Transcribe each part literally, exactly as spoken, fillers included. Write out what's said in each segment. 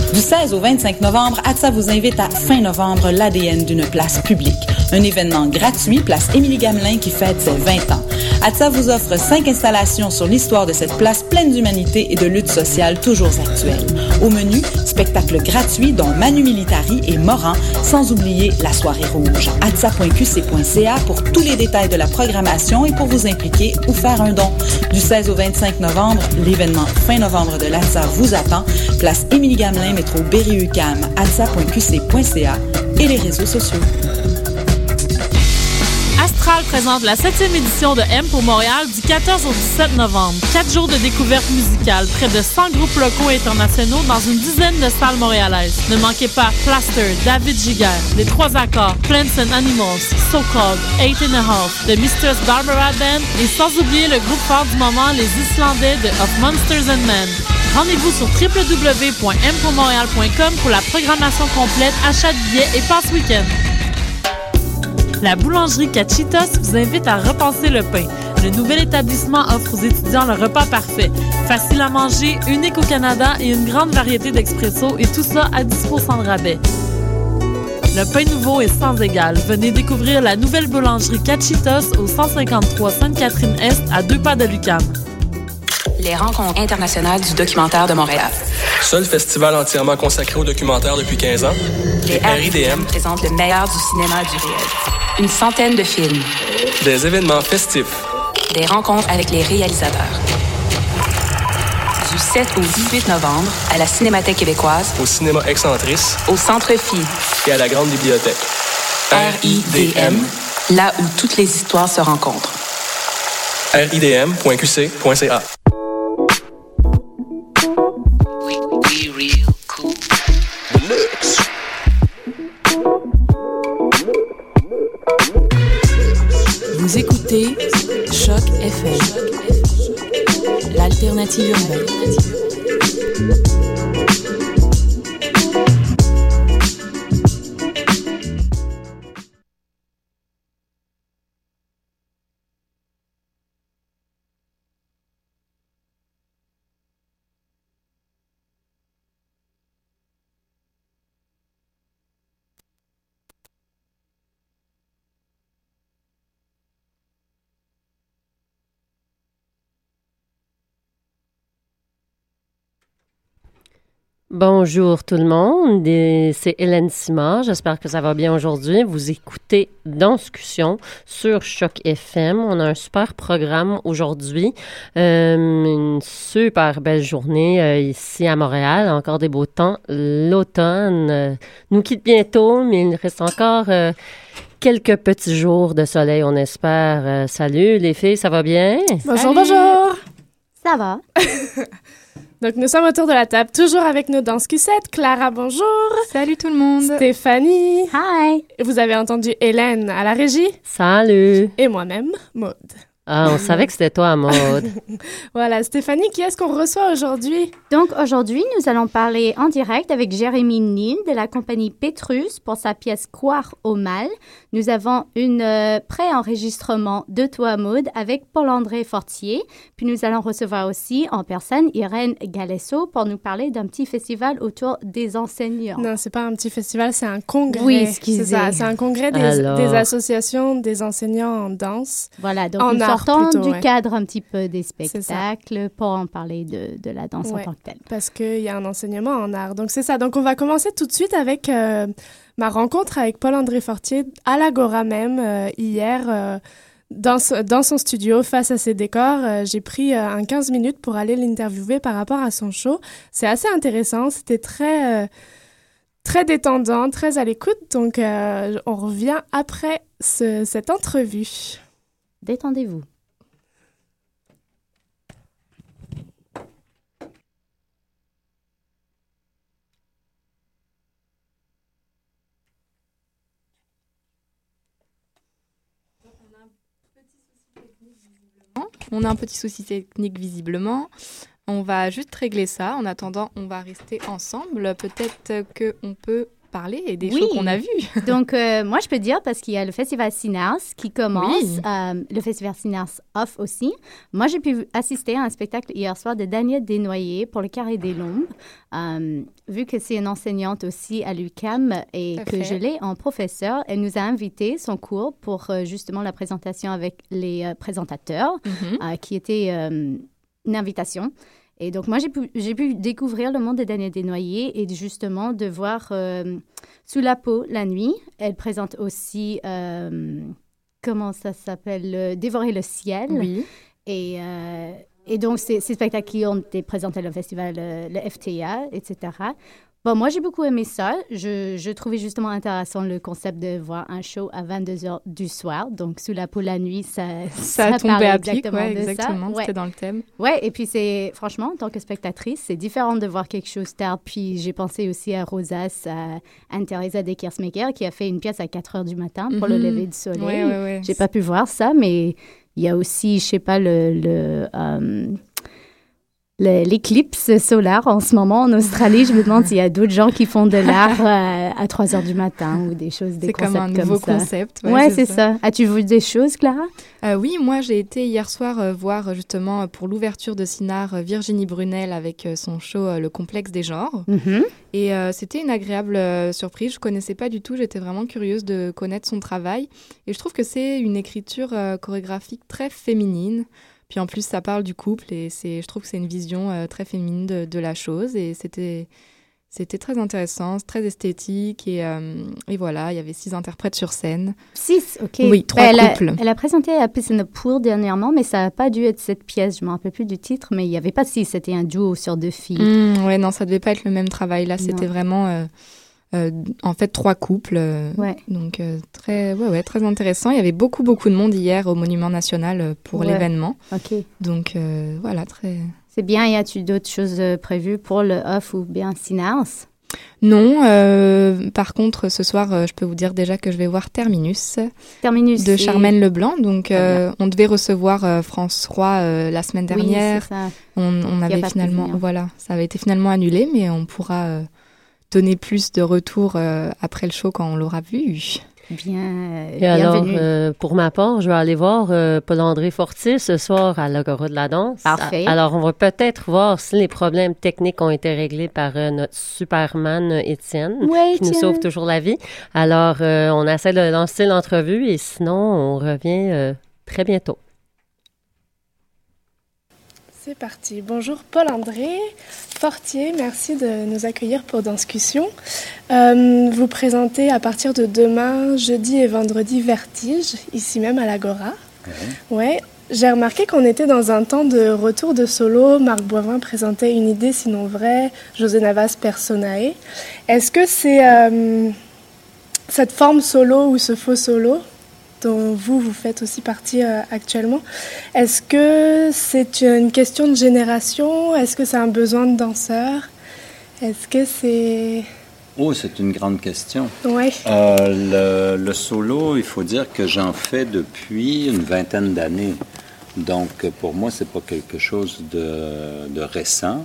Du seize au vingt-cinq novembre, A T S A vous invite à Fin novembre, l'A D N d'une place publique. Un événement gratuit, place Émilie-Gamelin qui fête ses vingt ans. A T S A vous offre cinq installations sur l'histoire de cette place pleine d'humanité et de lutte sociale toujours actuelle. Au menu, spectacles gratuits dont Manu Militari et Moran, sans oublier la soirée rouge. A T S A point Q C point C A pour tous les détails de la programmation et pour vous impliquer ou faire un don. Du seize au vingt-cinq novembre, l'événement Fin novembre de l'A T S A vous attend. Place Émilie-Gamelin, métro Berry-UQAM, A T S A point Q C point C A et les réseaux sociaux. Astral présente la septième édition de M pour Montréal du quatorze au dix-sept novembre. Quatre jours de découverte musicale, près de cent groupes locaux et internationaux dans une dizaine de salles montréalaises. Ne manquez pas Plaster, David Giguère, Les Trois Accords, Plants and Animals, So Called, Eight and a Half, The Mistress Barbara Band et sans oublier le groupe phare du moment, les Islandais de Of Monsters and Men. Rendez-vous sur w w w point m pour montréal point com pour la programmation complète, achat de billets et passe week-end. La boulangerie Cachitos vous invite à repenser le pain. Le nouvel établissement offre aux étudiants le repas parfait. Facile à manger, unique au Canada et une grande variété d'expresso et tout ça à dix pour cent de rabais. Le pain nouveau est sans égal. Venez découvrir la nouvelle boulangerie Cachitos au cent cinquante-trois Sainte-Catherine-Est à deux pas de l'U Q A M. Les rencontres internationales du documentaire de Montréal. Seul festival entièrement consacré au documentaire depuis quinze ans. Les R I D M présentent le meilleur du cinéma du réel. Une centaine de films. Des événements festifs. Des rencontres avec les réalisateurs. Du sept au dix-huit novembre, à la Cinémathèque québécoise. Au cinéma Excentrice. Au Centre Phi. Et à la Grande Bibliothèque. R I D M, là où toutes les histoires se rencontrent. R I D M point Q C point C A. Vous écoutez Choc F M, l'alternative urbaine. Bonjour tout le monde, et c'est Hélène Simard, j'espère que ça va bien aujourd'hui. Vous écoutez Danscussion sur Choc F M. On a un super programme aujourd'hui, euh, une super belle journée euh, ici à Montréal, encore des beaux temps. L'automne euh, nous quitte bientôt, mais il reste encore euh, quelques petits jours de soleil, on espère. Euh, salut les filles, ça va bien? Bonjour, salut. Bonjour! Ça va? Donc, nous sommes autour de la table, toujours avec nos danscusettes. Clara, bonjour. Salut tout le monde. Stéphanie. Hi. Vous avez entendu Hélène à la régie. Salut. Et moi-même, Maude. Ah, on savait que c'était toi, Maude. Voilà, Stéphanie, qui est-ce qu'on reçoit aujourd'hui? Donc, aujourd'hui, nous allons parler en direct avec Jérémy Nin de la compagnie Pétrus pour sa pièce « Croire au mal ». Nous avons une euh, pré-enregistrement de toi, Maude, avec Paul-André Fortier. Puis nous allons recevoir aussi en personne Irène Galesso pour nous parler d'un petit festival autour des enseignants. Non, c'est pas un petit festival, c'est un congrès. Oui, excusez. C'est ça, c'est un congrès des, des associations des enseignants en danse. Voilà, donc en nous art sortons plutôt, du ouais. cadre un petit peu des spectacles pour en parler de, de la danse ouais, en tant que telle. Parce qu'il y a un enseignement en art. Donc, c'est ça. Donc, on va commencer tout de suite avec euh, ma rencontre avec Paul-André Fortier à l'Agora même, euh, hier, euh, dans, dans son studio, face à ses décors. Euh, j'ai pris euh, un quinze minutes pour aller l'interviewer par rapport à son show. C'est assez intéressant. C'était très, euh, très détendant, très à l'écoute. Donc, euh, on revient après ce, cette entrevue. Détendez-vous. On a un petit souci technique visiblement. On va juste régler ça. En attendant, on va rester ensemble. Peut-être qu'on peut parler et des Oui. shows qu'on a vus. Donc, euh, moi, je peux dire, parce qu'il y a le Festival Synars qui commence, Oui. euh, le Festival Synars Off aussi. Moi, j'ai pu assister à un spectacle hier soir de Danielle Desnoyers pour le Carré des Lombes. Euh, vu que c'est une enseignante aussi à l'U Q A M et Tout à que fait. je l'ai en professeur, elle nous a invité son cours pour euh, justement la présentation avec les euh, présentateurs, Mhm. euh, qui était euh, une invitation. Et donc, moi, j'ai pu, j'ai pu découvrir le monde de Danielle Desnoyers et justement de voir euh, Sous la peau la nuit. Elle présente aussi, euh, comment ça s'appelle, euh, Dévorer le ciel. Oui. Et, euh, et donc, ces, ces spectacles qui ont été présentés au festival, euh, le F T A, et cetera. Bon, moi, j'ai beaucoup aimé ça. Je, je trouvais justement intéressant le concept de voir un show à vingt-deux heures du soir. Donc, Sous la peau la nuit, ça, Ça, ça tombait parlait à pic, exactement ouais, de ça. exactement. Ouais. C'était dans le thème. Ouais, et puis c'est, franchement, en tant que spectatrice, c'est différent de voir quelque chose tard. Puis j'ai pensé aussi à Rosas, à Anne-Thérèse Dekersmaker, qui a fait une pièce à quatre heures du matin pour le Mhm. lever du soleil. Ouais, ouais, ouais. J'ai pas pu voir ça, mais il y a aussi, je sais pas, le, le, euh, le- l'éclipse solaire en ce moment en Australie. Je me demande s'il y a d'autres gens qui font de l'art euh, à trois heures du matin ou des choses, des C'est comme concepts un nouveau ça. concept. Ouais, c'est ça. As-tu vu des choses, Clara? Euh, oui, moi j'ai été hier soir euh, voir euh, justement euh, pour l'ouverture de Synars euh, Virginie Brunel avec euh, son show euh, Le complexe des genres. Mhm. Et euh, c'était une agréable euh, surprise. Je connaissais pas du tout. J'étais vraiment curieuse de connaître son travail. Et je trouve que c'est une écriture euh, chorégraphique très féminine. Puis en plus, ça parle du couple et c'est, je trouve que c'est une vision euh, très féminine de, de la chose. Et c'était, c'était très intéressant, très esthétique. Et, euh, et voilà, il y avait six interprètes sur scène. Six, ok. Oui, trois Ben, elle couples. A, elle a présenté à Piss in the Pool dernièrement, mais ça n'a pas dû être cette pièce. Je ne me rappelle plus du titre, mais il n'y avait pas six. C'était un duo sur deux filles. Mmh, ouais, non, ça devait pas être le même travail. Là, c'était Non. vraiment, euh, euh, en fait, trois couples. euh, Ouais. Donc, euh, très, ouais, ouais, très intéressant. Il y avait beaucoup, beaucoup de monde hier au Monument National euh, pour Ouais. l'événement. Ok. Donc, euh, voilà, très... C'est bien. Y a-tu d'autres choses euh, prévues pour le off ou bien Synars? Non, euh, par contre, ce soir, euh, je peux vous dire déjà que je vais voir Terminus Terminus. de et- Charmaine Leblanc. Donc, Très euh, on devait recevoir euh, France Roy euh, la semaine Oui, dernière. c'est ça. on, on a avait pas pu finalement, venir. voilà, ça avait été finalement annulé, mais on pourra euh, donner plus de retours euh, après le show quand on l'aura vu. Bien, euh, Et alors, bienvenue. euh, pour ma part, je vais aller voir euh, Paul-André Fortier ce soir à l'Agora de la danse. Parfait. A- Alors, on va peut-être voir si les problèmes techniques ont été réglés par euh, notre Superman euh, Étienne, Ouais, qui nous tiens. sauve toujours la vie. Alors, euh, on essaie de lancer l'entrevue et sinon, on revient euh, très bientôt. C'est parti. Bonjour Paul-André Fortier, merci de nous accueillir pour Danscussion. Euh, vous présentez à partir de demain, jeudi et vendredi, Vertige, ici même à l'Agora. Ouais. Ouais. J'ai remarqué qu'on était dans un temps de retour de solo. Marc Boivin présentait Une idée sinon vraie, José Navas Personae. Est-ce que c'est euh, cette forme solo ou ce faux solo dont vous, vous faites aussi partie euh, actuellement, est-ce que c'est une question de génération? Est-ce que c'est un besoin de danseurs? Est-ce que c'est... Oh, c'est une grande question. Ouais. Euh, le, le solo, il faut dire que j'en fais depuis une vingtaine d'années. Donc, pour moi, c'est pas quelque chose de, de récent.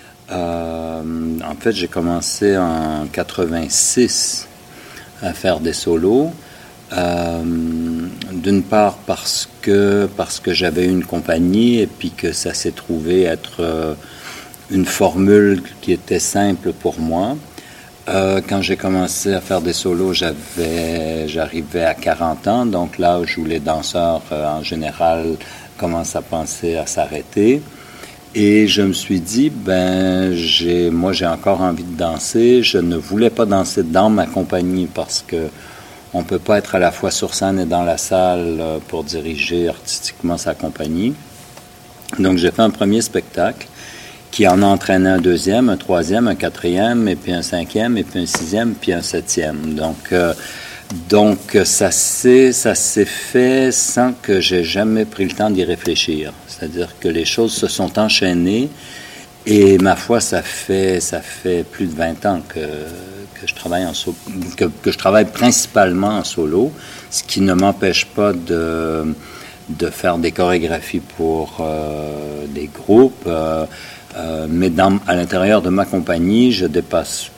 Euh, en fait, j'ai commencé en quatre-vingt-six à faire des solos. Euh, d'une part parce que parce que j'avais une compagnie et puis que ça s'est trouvé être euh, une formule qui était simple pour moi. Euh, quand j'ai commencé à faire des solos, j'avais j'arrivais à quarante ans, donc l'âge où les danseurs euh, en général commencent à penser à s'arrêter. Et je me suis dit, ben j'ai moi j'ai encore envie de danser. Je ne voulais pas danser dans ma compagnie parce que on ne peut pas être à la fois sur scène et dans la salle pour diriger artistiquement sa compagnie. Donc, j'ai fait un premier spectacle qui en entraînait un deuxième, un troisième, un quatrième, et puis un cinquième, et puis un sixième, puis un septième. Donc, euh, donc ça s'est, ça s'est fait sans que j'ai jamais pris le temps d'y réfléchir. C'est-à-dire que les choses se sont enchaînées et ma foi, ça fait, ça fait plus de vingt ans que... que je travaille en so- que, que je travaille principalement en solo, ce qui ne m'empêche pas de, de faire des chorégraphies pour euh, des groupes, euh, euh, mais dans, à l'intérieur de ma compagnie, je dépasse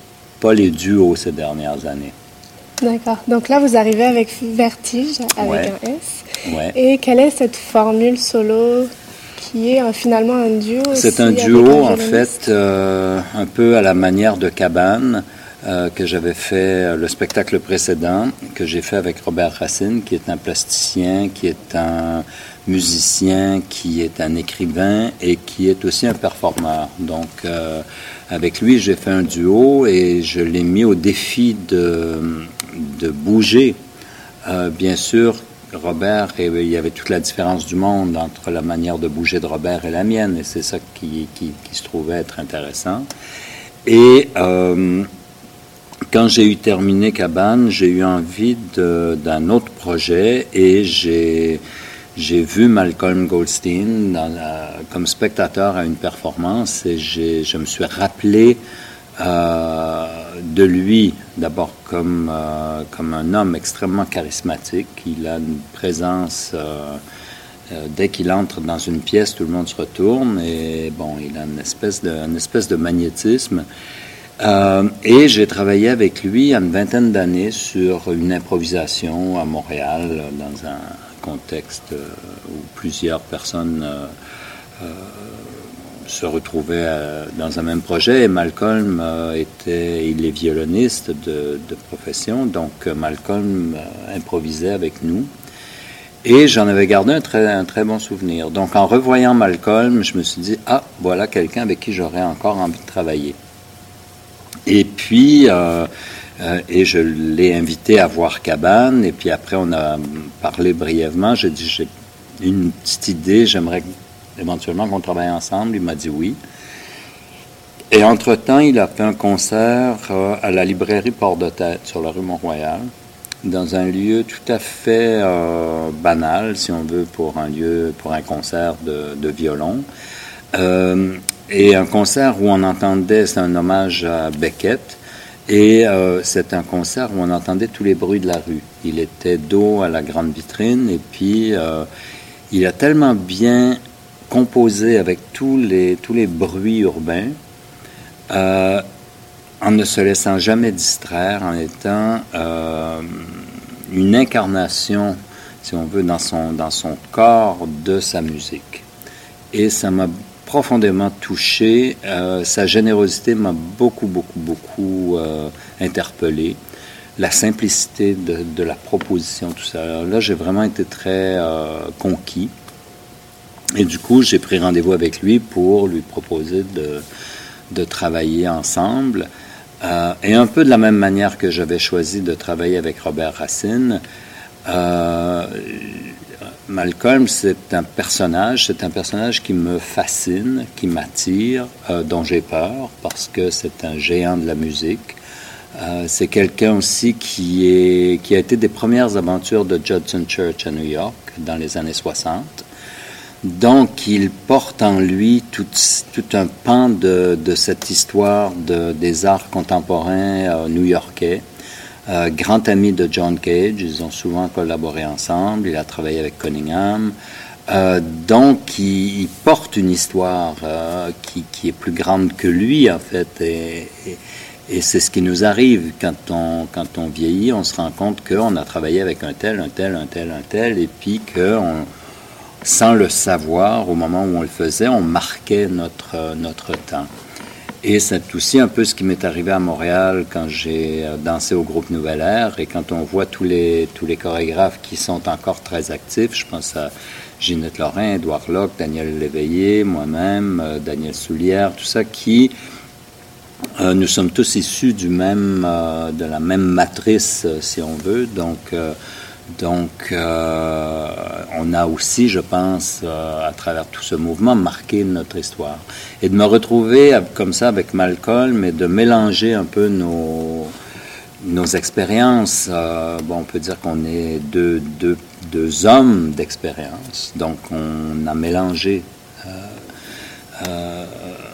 pas les duos ces dernières années. D'accord. Donc là, vous arrivez avec Vertige, avec ouais. un S. Ouais. Et quelle est cette formule solo qui est euh, finalement un duo? C'est un duo, en fait, euh, un peu à la manière de Cabane, euh, que j'avais fait euh, le spectacle précédent, que j'ai fait avec Robert Racine, qui est un plasticien, qui est un musicien, qui est un écrivain et qui est aussi un performeur. Donc, euh, avec lui, j'ai fait un duo et je l'ai mis au défi de, de bouger. Euh, bien sûr, Robert, et il y avait toute la différence du monde entre la manière de bouger de Robert et la mienne, et c'est ça qui, qui, qui se trouvait être intéressant. Et euh, quand j'ai eu terminé Cabane, j'ai eu envie de, d'un autre projet, et j'ai, j'ai vu Malcolm Goldstein dans la, comme spectateur à une performance, et j'ai, je me suis rappelé Euh, de lui, d'abord comme, euh, comme un homme extrêmement charismatique. Il a une présence, euh, euh, dès qu'il entre dans une pièce, tout le monde se retourne, et bon, il a une espèce de, une espèce de magnétisme. Euh, et j'ai travaillé avec lui à une vingtaine d'années sur une improvisation à Montréal, dans un contexte euh, où plusieurs personnes euh, euh, se retrouvaient euh, dans un même projet. Et Malcolm euh, était, il est violoniste de, de profession, donc euh, Malcolm euh, improvisait avec nous. Et j'en avais gardé un très, un très bon souvenir. Donc en revoyant Malcolm, je me suis dit, ah, voilà quelqu'un avec qui j'aurais encore envie de travailler. Et puis, euh, euh, et je l'ai invité à voir Cabane, et puis après on a parlé brièvement. J'ai dit, j'ai une petite idée, j'aimerais éventuellement qu'on travaille ensemble. Il m'a dit oui. Et entre-temps, il a fait un concert euh, à la librairie Port-de-Tête, sur la rue Mont-Royal, dans un lieu tout à fait euh, banal, si on veut, pour un lieu, pour un concert de, de violon. Euh, et un concert où on entendait, c'est un hommage à Beckett, et euh, c'est un concert où on entendait tous les bruits de la rue. Il était dos à la grande vitrine, et puis euh, il a tellement bien composé avec tous les, tous les bruits urbains, euh, en ne se laissant jamais distraire, en étant euh, une incarnation, si on veut, dans son, dans son corps de sa musique. Et ça m'a profondément touché. Euh, sa générosité m'a beaucoup, beaucoup, beaucoup euh, interpellé. La simplicité de, de la proposition, tout ça. Alors là, j'ai vraiment été très euh, conquis. Et du coup, j'ai pris rendez-vous avec lui pour lui proposer de, de travailler ensemble. Euh, et un peu de la même manière que j'avais choisi de travailler avec Robert Racine, euh, Malcolm, c'est un personnage, c'est un personnage qui me fascine, qui m'attire, euh, dont j'ai peur, parce que c'est un géant de la musique. Euh, c'est quelqu'un aussi qui, est, qui a été des premières aventures de Judson Church à New York dans les années soixante. Donc, il porte en lui tout, tout un pan de, de cette histoire de, des arts contemporains euh, new-yorkais. Euh, grand ami de John Cage, ils ont souvent collaboré ensemble, il a travaillé avec Cunningham. Euh, donc, il, il porte une histoire euh, qui, qui est plus grande que lui, en fait. Et, et, et c'est ce qui nous arrive quand on, quand on vieillit, on se rend compte qu'on a travaillé avec un tel, un tel, un tel, un tel, et puis qu'on... sans le savoir, au moment où on le faisait, on marquait notre, notre temps. Et c'est aussi un peu ce qui m'est arrivé à Montréal quand j'ai dansé au groupe Nouvelle Ère, et quand on voit tous les, tous les chorégraphes qui sont encore très actifs, je pense à Ginette Lorrain, Édouard Locke, Daniel Léveillé, moi-même, Daniel Soulière, tout ça, qui, euh, nous sommes tous issus du même, euh, de la même matrice, si on veut, donc... Euh, Donc, euh, on a aussi, je pense, euh, à travers tout ce mouvement, marqué notre histoire. Et de me retrouver comme ça avec Malcolm et de mélanger un peu nos, nos expériences. Euh, bon, on peut dire qu'on est deux, deux, deux hommes d'expérience. Donc, on a mélangé euh, euh,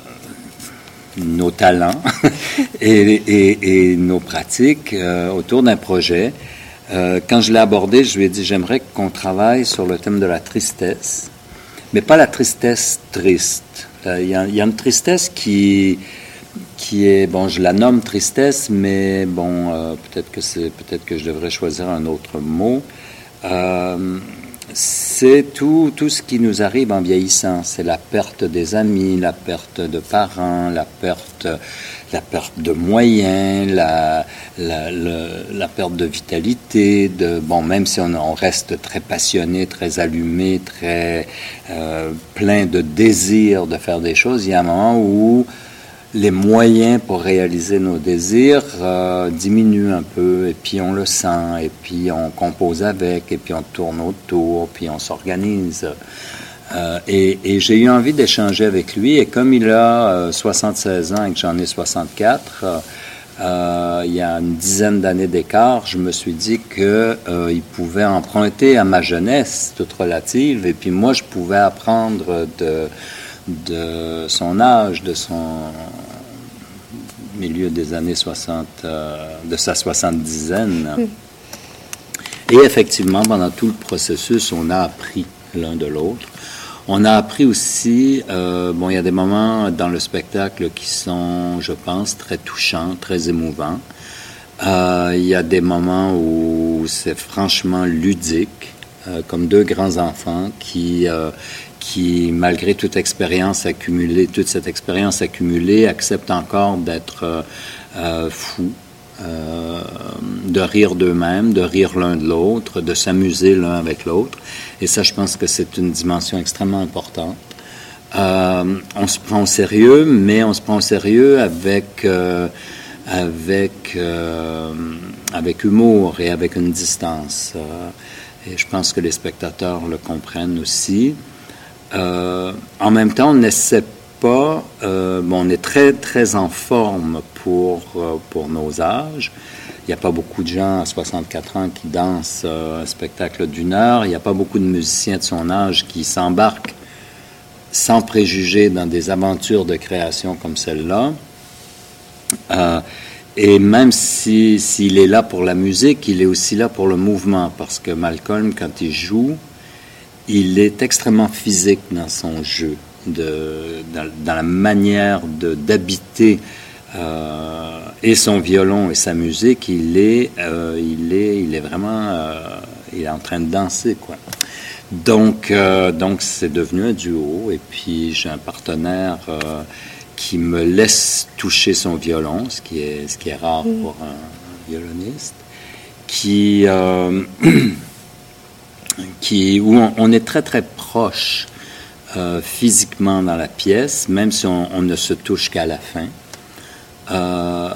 nos talents et, et, et nos pratiques euh, autour d'un projet. Euh, quand je l'ai abordé, je lui ai dit, j'aimerais qu'on travaille sur le thème de la tristesse, mais pas la tristesse triste. Il euh, y, y a une tristesse qui, qui est, bon, je la nomme tristesse, mais bon, euh, peut-être que c'est, peut-être que je devrais choisir un autre mot. Euh, c'est tout, tout ce qui nous arrive en vieillissant. C'est la perte des amis, la perte de parents, la perte, la perte de moyens, la, la, la, la perte de vitalité. De, bon, même si on, on reste très passionné, très allumé, très euh, plein de désir de faire des choses, il y a un moment où les moyens pour réaliser nos désirs euh, diminuent un peu, et puis on le sent, et puis on compose avec, et puis on tourne autour, puis on s'organise. Euh, et, et j'ai eu envie d'échanger avec lui, et comme il a euh, soixante-seize ans et que j'en ai soixante-quatre, euh, euh, il y a une dizaine d'années d'écart, je me suis dit que euh, il pouvait emprunter à ma jeunesse toute relative, et puis moi je pouvais apprendre de de son âge, de son milieu des années soixante, euh, de sa soixante-dizaine. Mm. Et effectivement, pendant tout le processus, on a appris l'un de l'autre. On a appris aussi, euh, bon, il y a des moments dans le spectacle qui sont, je pense, très touchants, très émouvants. Euh, il y a des moments où c'est franchement ludique, euh, comme deux grands enfants qui... Euh, qui, malgré toute expérience accumulée, toute cette expérience accumulée, acceptent encore d'être euh, euh, fous, euh, de rire d'eux-mêmes, de rire l'un de l'autre, de s'amuser l'un avec l'autre. Et ça, je pense que c'est une dimension extrêmement importante. Euh, on se prend au sérieux, mais on se prend au sérieux avec, euh, avec, euh, avec humour et avec une distance. Euh, et je pense que les spectateurs le comprennent aussi. Euh, en même temps, on n'essaie pas, euh, bon, on est très, très en forme pour, euh, pour nos âges. Il n'y a pas beaucoup de gens à soixante-quatre ans qui dansent euh, un spectacle d'une heure. Il n'y a pas beaucoup de musiciens de son âge qui s'embarquent sans préjugés dans des aventures de création comme celle-là. Euh, et même si, s'il est là pour la musique, il est aussi là pour le mouvement, parce que Malcolm, quand il joue, il est extrêmement physique dans son jeu, de, dans, dans la manière de, d'habiter euh, et son violon et sa musique. Il est, euh, il est, il est vraiment, euh, il est en train de danser, quoi. Donc, euh, donc c'est devenu un duo. Et puis j'ai un partenaire euh, qui me laisse toucher son violon, ce qui est, ce qui est rare mmh. pour un violoniste, qui euh, Qui, où on, on est très, très proche euh, physiquement dans la pièce, même si on, on ne se touche qu'à la fin. Euh,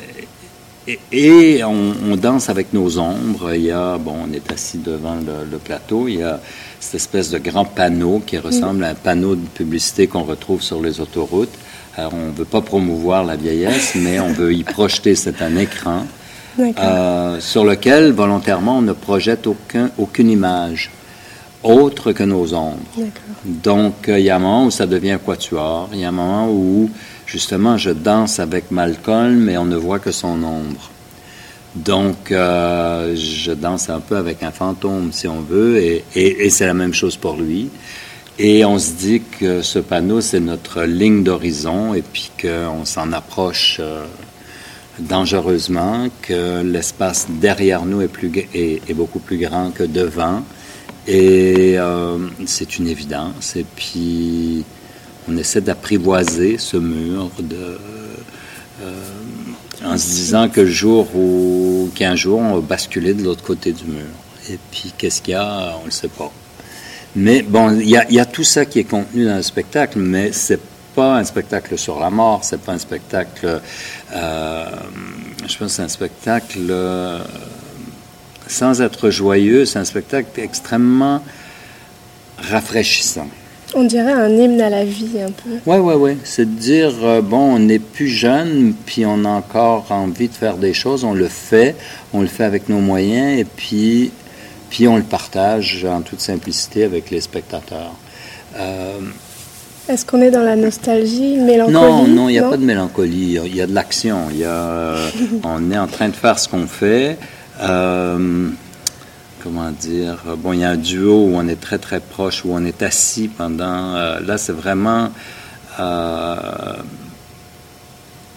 et et on, on danse avec nos ombres. Il y a, bon, on est assis devant le, le plateau, il y a cette espèce de grand panneau qui ressemble à un panneau de publicité qu'on retrouve sur les autoroutes. Alors, on ne veut pas promouvoir la vieillesse, mais on veut y projeter, c'est un écran. Euh, sur lequel, volontairement, on ne projette aucun, aucune image autre que nos ombres. D'accord. Donc, il euh, y a un moment où ça devient un quatuor. Il y a un moment où, justement, je danse avec Malcolm, mais on ne voit que son ombre. Donc, euh, je danse un peu avec un fantôme, si on veut, et, et, et c'est la même chose pour lui. Et on se dit que ce panneau, c'est notre ligne d'horizon, et puis qu'on s'en approche... Euh, dangereusement, que l'espace derrière nous est, plus, est, est beaucoup plus grand que devant. Et euh, c'est une évidence. Et puis, on essaie d'apprivoiser ce mur de, euh, en se disant que le jour où, qu'un jour, on va basculer de l'autre côté du mur. Et puis, qu'est-ce qu'il y a? On ne le sait pas. Mais bon, il y a, y a tout ça qui est contenu dans le spectacle, mais c'est pas un spectacle sur la mort, c'est pas un spectacle, euh, je pense que c'est un spectacle euh, sans être joyeux, c'est un spectacle extrêmement rafraîchissant. On dirait un hymne à la vie, un peu. Oui, oui, oui. C'est de dire, euh, bon, on n'est plus jeune, puis on a encore envie de faire des choses, on le fait, on le fait avec nos moyens, et puis, puis on le partage en toute simplicité avec les spectateurs. Euh, Est-ce qu'on est dans la nostalgie, mélancolie? Non, non, il n'y a pas de mélancolie. Il y a de l'action. Il y a, euh, on est en train de faire ce qu'on fait. Euh, comment dire? Bon, il y a un duo où on est très, très proche, où on est assis pendant... Euh, là, c'est vraiment... Euh,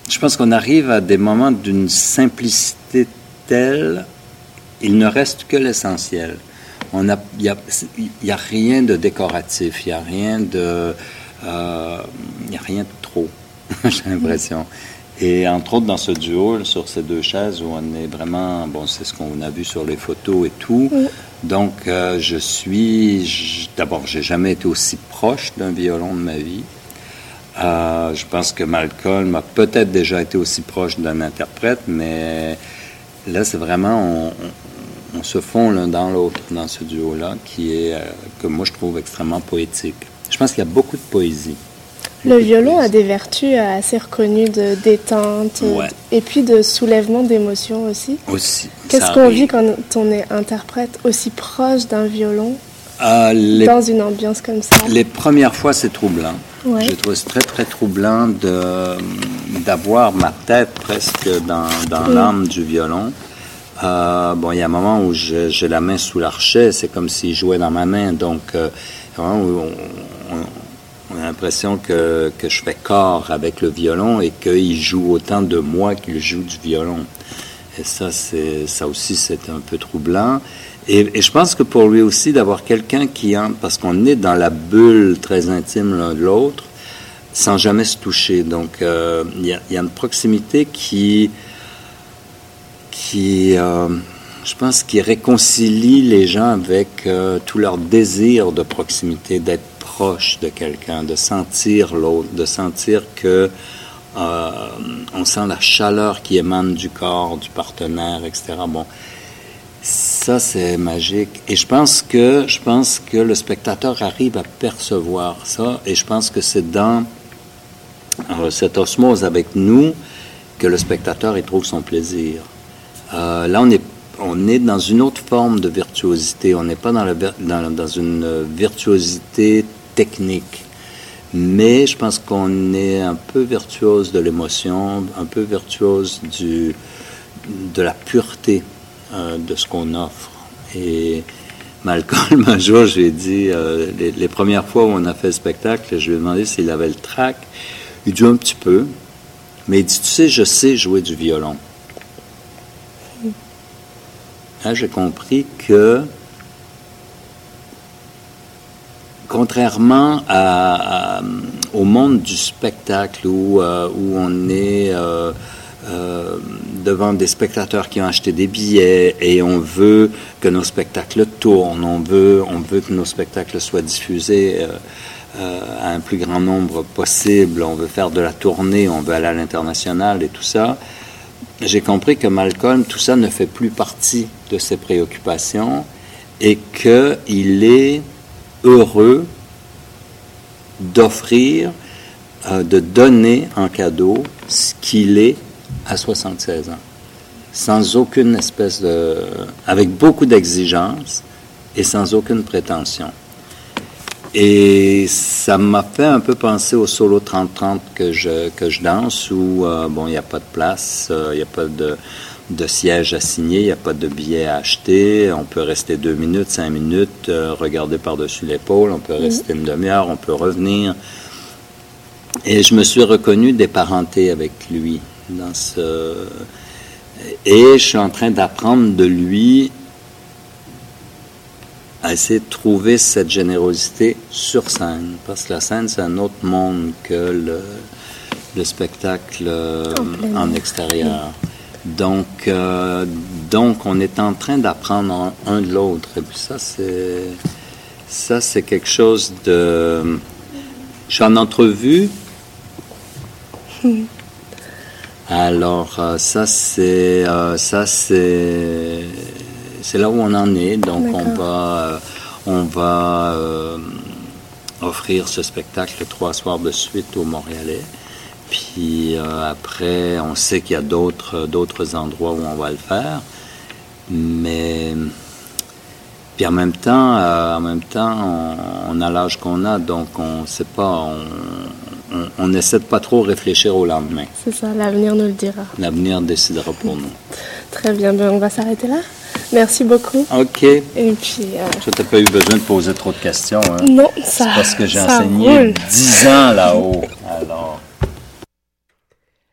je pense qu'on arrive à des moments d'une simplicité telle, il ne reste que l'essentiel. On a, il y a, il y a rien de décoratif, il y a rien de, euh, il y a rien de trop, j'ai l'impression. Et entre autres, dans ce duo, sur ces deux chaises, où on est vraiment, bon, c'est ce qu'on a vu sur les photos et tout. Oui. Donc, euh, je suis, je, d'abord, j'ai jamais été aussi proche d'un violon de ma vie. Euh, je pense que Malcolm a peut-être déjà été aussi proche d'un interprète, mais là, c'est vraiment, on, on, on se fond l'un dans l'autre dans ce duo-là, qui est, euh, que moi, je trouve extrêmement poétique. Je pense qu'il y a beaucoup de poésie. Le violon a des vertus assez reconnues de détente ouais. et puis de soulèvement d'émotions aussi. Aussi. Qu'est-ce qu'on vit quand on est interprète aussi proche d'un violon euh, les, dans une ambiance comme ça? Les premières fois, c'est troublant. Ouais. J'ai trouvé très, très troublant de, d'avoir ma tête presque dans, dans mmh. l'âme du violon. Euh, bon, il y a un moment où je, j'ai la main sous l'archet, c'est comme s'il jouait dans ma main. Donc, euh, vraiment, où on, on, on a l'impression que, que je fais corps avec le violon et qu'il joue autant de moi qu'il joue du violon. Et ça, c'est, ça aussi, c'est un peu troublant. Et, et je pense que pour lui aussi, d'avoir quelqu'un qui entre, parce qu'on est dans la bulle très intime l'un de l'autre, sans jamais se toucher. Donc, euh, il y a, y a une proximité qui, qui euh, je pense, qui réconcilie les gens avec euh, tout leur désir de proximité, d'être proche de quelqu'un, de sentir l'autre, de sentir que euh, on sent la chaleur qui émane du corps, du partenaire, et cetera. Bon, ça c'est magique. Et je pense que je pense que le spectateur arrive à percevoir ça. Et je pense que c'est dans euh, cette osmose avec nous que le spectateur y trouve son plaisir. Euh, là, on est on est dans une autre forme de virtuosité. On n'est pas dans, le, dans, dans une virtuosité technique. Mais je pense qu'on est un peu virtuose de l'émotion, un peu virtuose du, de la pureté euh, de ce qu'on offre. Et Malcolm, un jour, je lui ai dit, euh, les, les premières fois où on a fait le spectacle, je lui ai demandé s'il avait le trac. Il dit un petit peu, mais il dit, tu sais, je sais jouer du violon. Là, j'ai compris que, contrairement à, à, au monde du spectacle où, euh, où on est euh, euh, devant des spectateurs qui ont acheté des billets et on veut que nos spectacles tournent, on veut, on veut que nos spectacles soient diffusés euh, euh, à un plus grand nombre possible, on veut faire de la tournée, on veut aller à l'international et tout ça. J'ai compris que Malcolm, tout ça ne fait plus partie de ses préoccupations et qu'il est heureux d'offrir, euh, de donner en cadeau ce qu'il est à soixante-seize ans, sans aucune espèce de... avec beaucoup d'exigences et sans aucune prétention. Et ça m'a fait un peu penser au solo trente trente que je, que je danse, où, euh, bon, il n'y a pas de place, il euh, n'y a pas de, de siège à signer, il n'y a pas de billet à acheter, on peut rester deux minutes, cinq minutes, euh, regarder par-dessus l'épaule, on peut rester une demi-heure, on peut revenir. Et je me suis reconnu des parentés avec lui dans ce... Et je suis en train d'apprendre de lui à essayer de trouver cette générosité sur scène, parce que la scène, c'est un autre monde que le, le spectacle euh, en extérieur. Donc, euh, donc, on est en train d'apprendre un de l'autre. Et puis ça, c'est, ça, c'est quelque chose de... Je suis en entrevue. Alors, euh, ça, c'est... Euh, ça, c'est... C'est là où on en est, donc D'accord. on va, euh, on va euh, offrir ce spectacle trois soirs de suite au Montréalais. Puis euh, après, on sait qu'il y a d'autres, d'autres endroits où on va le faire, mais puis en même temps, euh, en même temps, on, on a l'âge qu'on a, donc on sait pas, on, on, on essaie de pas trop réfléchir au lendemain. C'est ça, l'avenir nous le dira. L'avenir décidera pour nous. Très bien, ben on va s'arrêter là. Merci beaucoup. OK. Et puis... Euh... Tu n'as pas eu besoin de poser trop de questions. Hein? Non, ça C'est parce que j'ai ça enseigné roule. dix ans là-haut. Alors...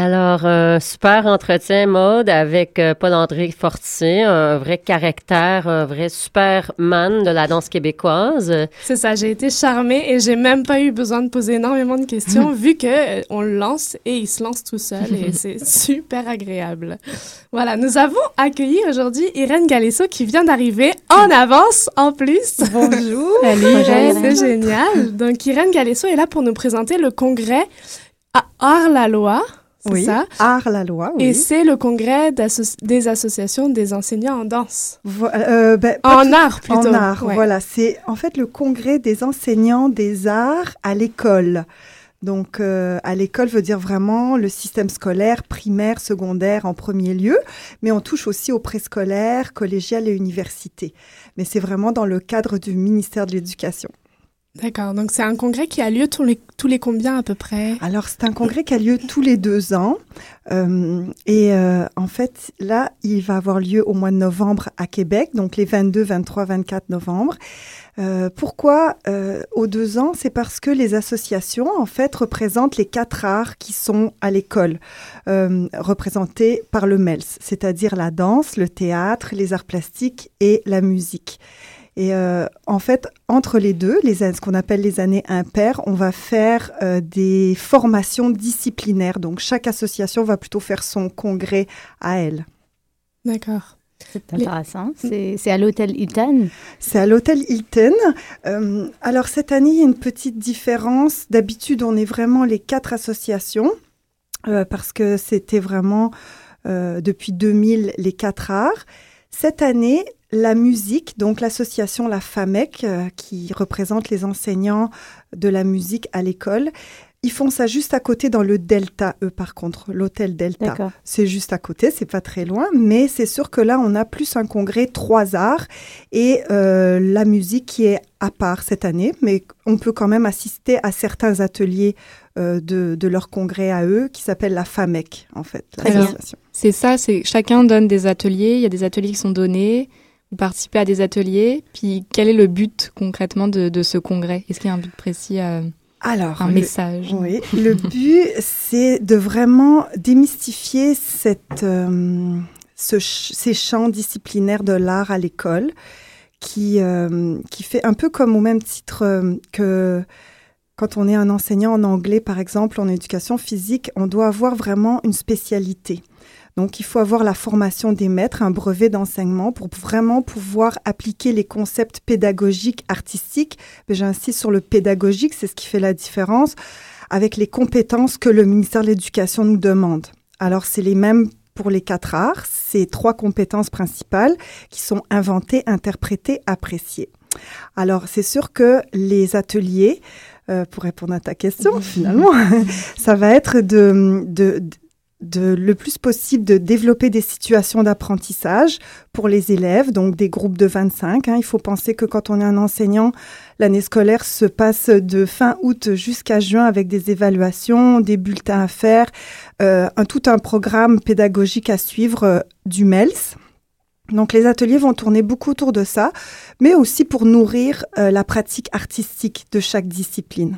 Alors, un super entretien, Maude, avec euh, Paul-André Fortier, un vrai caractère, un vrai superman de la danse québécoise. C'est ça, j'ai été charmée et j'ai même pas eu besoin de poser énormément de questions, vu que euh, on le lance et il se lance tout seul et c'est super agréable. Voilà, nous avons accueilli aujourd'hui Irène Galesso qui vient d'arriver en avance en plus. Bonjour. Salut, Irène. C'est génial. Donc, Irène Galesso est là pour nous présenter le congrès à Art-la-Loi. C'est oui, ça? Art-la-Loi, oui. Et c'est le congrès des associations des enseignants en danse. Vo- euh, ben, en tout, art, plutôt. En art, ouais. voilà. C'est en fait le congrès des enseignants des arts à l'école. Donc, euh, à l'école veut dire vraiment le système scolaire, primaire, secondaire en premier lieu, mais on touche aussi au préscolaire, collégial et université. Mais c'est vraiment dans le cadre du ministère de l'Éducation. D'accord, donc c'est un congrès qui a lieu tous les, tous les combien à peu près? Alors, c'est un congrès qui a lieu tous les deux ans. Euh, et euh, en fait, là, il va avoir lieu au mois de novembre à Québec, donc les vingt-deux, vingt-trois, vingt-quatre novembre. Euh, pourquoi euh, aux deux ans? C'est parce que les associations, en fait, représentent les quatre arts qui sont à l'école, euh, représentés par le M E L S, c'est-à-dire la danse, le théâtre, les arts plastiques et la musique. Et euh, en fait, entre les deux, les, ce qu'on appelle les années impaires, on va faire euh, des formations disciplinaires. Donc, chaque association va plutôt faire son congrès à elle. D'accord. C'est intéressant. Les... C'est, c'est à l'hôtel Hilton? C'est à l'hôtel Hilton. Euh, alors, cette année, il y a une petite différence. D'habitude, on est vraiment les quatre associations euh, parce que c'était vraiment, euh, depuis deux mille, les quatre arts. Cette année, la musique, donc l'association La FAMEC, euh, qui représente les enseignants de la musique à l'école, ils font ça juste à côté dans le Delta, eux, par contre, l'hôtel Delta. D'accord. C'est juste à côté, c'est pas très loin, mais c'est sûr que là, on a plus un congrès trois arts et euh, la musique qui est à part cette année, mais on peut quand même assister à certains ateliers euh, de, de leur congrès à eux, qui s'appelle la FAMEC, en fait, l'association. C'est ça, c'est chacun donne des ateliers, il y a des ateliers qui sont donnés, vous participez à des ateliers, puis quel est le but concrètement de, de ce congrès? Est-ce qu'il y a un but précis à... Alors, un le, message. Oui, le but, c'est de vraiment démystifier cette, euh, ce, ces champs disciplinaires de l'art à l'école, qui, euh, qui fait un peu comme au même titre euh, que quand on est un enseignant en anglais, par exemple, en éducation physique, on doit avoir vraiment une spécialité. Donc, il faut avoir la formation des maîtres, un brevet d'enseignement pour vraiment pouvoir appliquer les concepts pédagogiques, artistiques. Mais j'insiste sur le pédagogique, c'est ce qui fait la différence avec les compétences que le ministère de l'Éducation nous demande. Alors, c'est les mêmes pour les quatre arts. C'est trois compétences principales qui sont inventées, interprétées, appréciées. Alors, c'est sûr que les ateliers, euh, pour répondre à ta question, finalement, ça va être de... de, de De, le plus possible de développer des situations d'apprentissage pour les élèves, donc des groupes de vingt-cinq. Hein. Il faut penser que quand on est un enseignant, l'année scolaire se passe de fin août jusqu'à juin avec des évaluations, des bulletins à faire, euh, un, tout un programme pédagogique à suivre euh, du M E L S. Donc, les ateliers vont tourner beaucoup autour de ça, mais aussi pour nourrir euh, la pratique artistique de chaque discipline.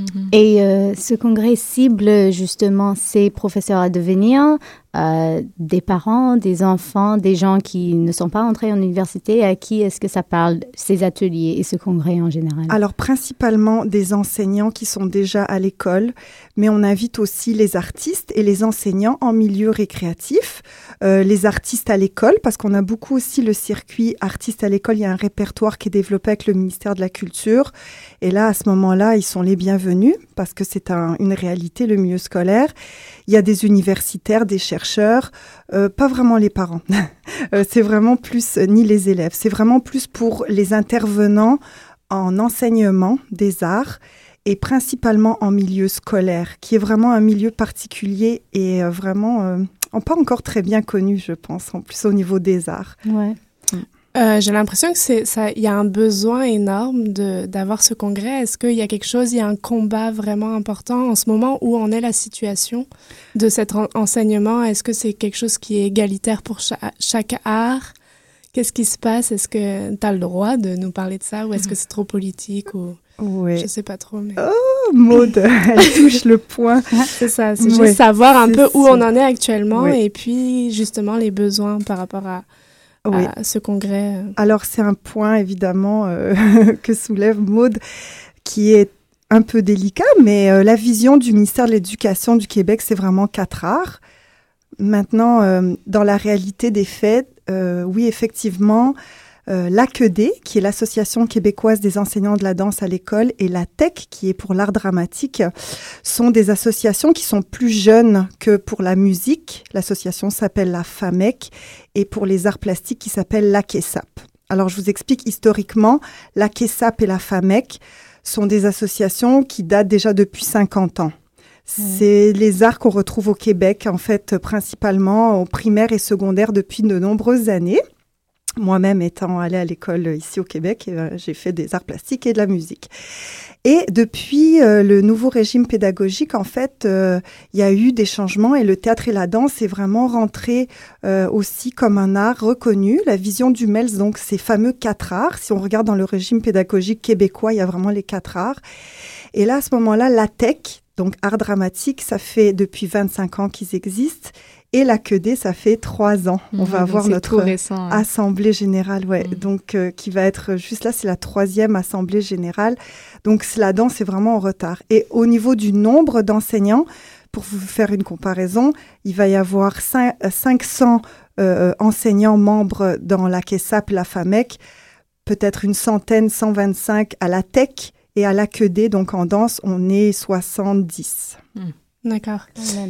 Et euh, ce congrès cible justement ces professeurs à devenir, euh, des parents, des enfants, des gens qui ne sont pas entrés en université. À qui est-ce que ça parle, ces ateliers et ce congrès en général? Alors, principalement des enseignants qui sont déjà à l'école, mais on invite aussi les artistes et les enseignants en milieu récréatif, euh, les artistes à l'école, parce qu'on a beaucoup aussi le circuit artistes à l'école. Il y a un répertoire qui est développé avec le ministère de la Culture. Et là, à ce moment-là, ils sont les bienvenus, parce que c'est un, une réalité, le milieu scolaire. Il y a des universitaires, des chercheurs, euh, pas vraiment les parents. euh, c'est vraiment plus, euh, ni les élèves. C'est vraiment plus pour les intervenants en enseignement des arts et principalement en milieu scolaire, qui est vraiment un milieu particulier et euh, vraiment euh, pas encore très bien connu, je pense, en plus au niveau des arts. Ouais. Euh, j'ai l'impression que c'est ça. Il y a un besoin énorme de d'avoir ce congrès. Est-ce qu'il y a quelque chose, il y a un combat vraiment important en ce moment où en est la situation de cet en- enseignement? Est-ce que c'est quelque chose qui est égalitaire pour cha- chaque art? Qu'est-ce qui se passe? Est-ce que tu as le droit de nous parler de ça ou est-ce que c'est trop politique ou... Oui. Je sais pas trop, mais... Oh, Maud, elle touche le point. C'est ça, c'est Oui, juste savoir un peu c'est où ça. on en est actuellement Oui. et puis justement les besoins par rapport à, Oui. à ce congrès. Alors, c'est un point, évidemment, euh, que soulève Maud, qui est un peu délicat, mais euh, la vision du ministère de l'Éducation du Québec, c'est vraiment quatre arts. Maintenant, euh, dans la réalité des faits, euh, oui, effectivement, euh, l'A Q E D, qui est l'Association québécoise des enseignants de la danse à l'école, et la T E C, qui est pour l'art dramatique, sont des associations qui sont plus jeunes que pour la musique. L'association s'appelle la F A M E C, et pour les arts plastiques, qui s'appelle l'A Q E S A P. Alors, je vous explique historiquement, l'A Q E S A P et la F A M E C sont des associations qui datent déjà depuis cinquante ans. C'est les arts qu'on retrouve au Québec, en fait, principalement au primaire et secondaire depuis de nombreuses années. Moi-même étant allée à l'école ici au Québec, euh, j'ai fait des arts plastiques et de la musique. Et depuis euh, le nouveau régime pédagogique, en fait, euh, il y a eu des changements et le théâtre et la danse est vraiment rentré euh, aussi comme un art reconnu. La vision du M E L S, donc ces fameux quatre arts. Si on regarde dans le régime pédagogique québécois, il y a vraiment les quatre arts. Et là, à ce moment-là, la T E C, donc art dramatique, ça fait depuis vingt-cinq ans qu'ils existent. Et la Q E D, ça fait trois ans. On Mmh, va avoir notre récent, hein. assemblée générale, ouais. Mmh. Donc, euh, qui va être juste là, c'est la troisième assemblée générale. Donc, la danse est vraiment en retard. Et au niveau du nombre d'enseignants, pour vous faire une comparaison, il va y avoir cinq cents euh, enseignants membres dans la Q E S A P, la F A M E C, peut-être une centaine, cent vingt-cinq à la T E C, et à la Q E D, donc en danse, on est soixante-dix. Mmh. D'accord.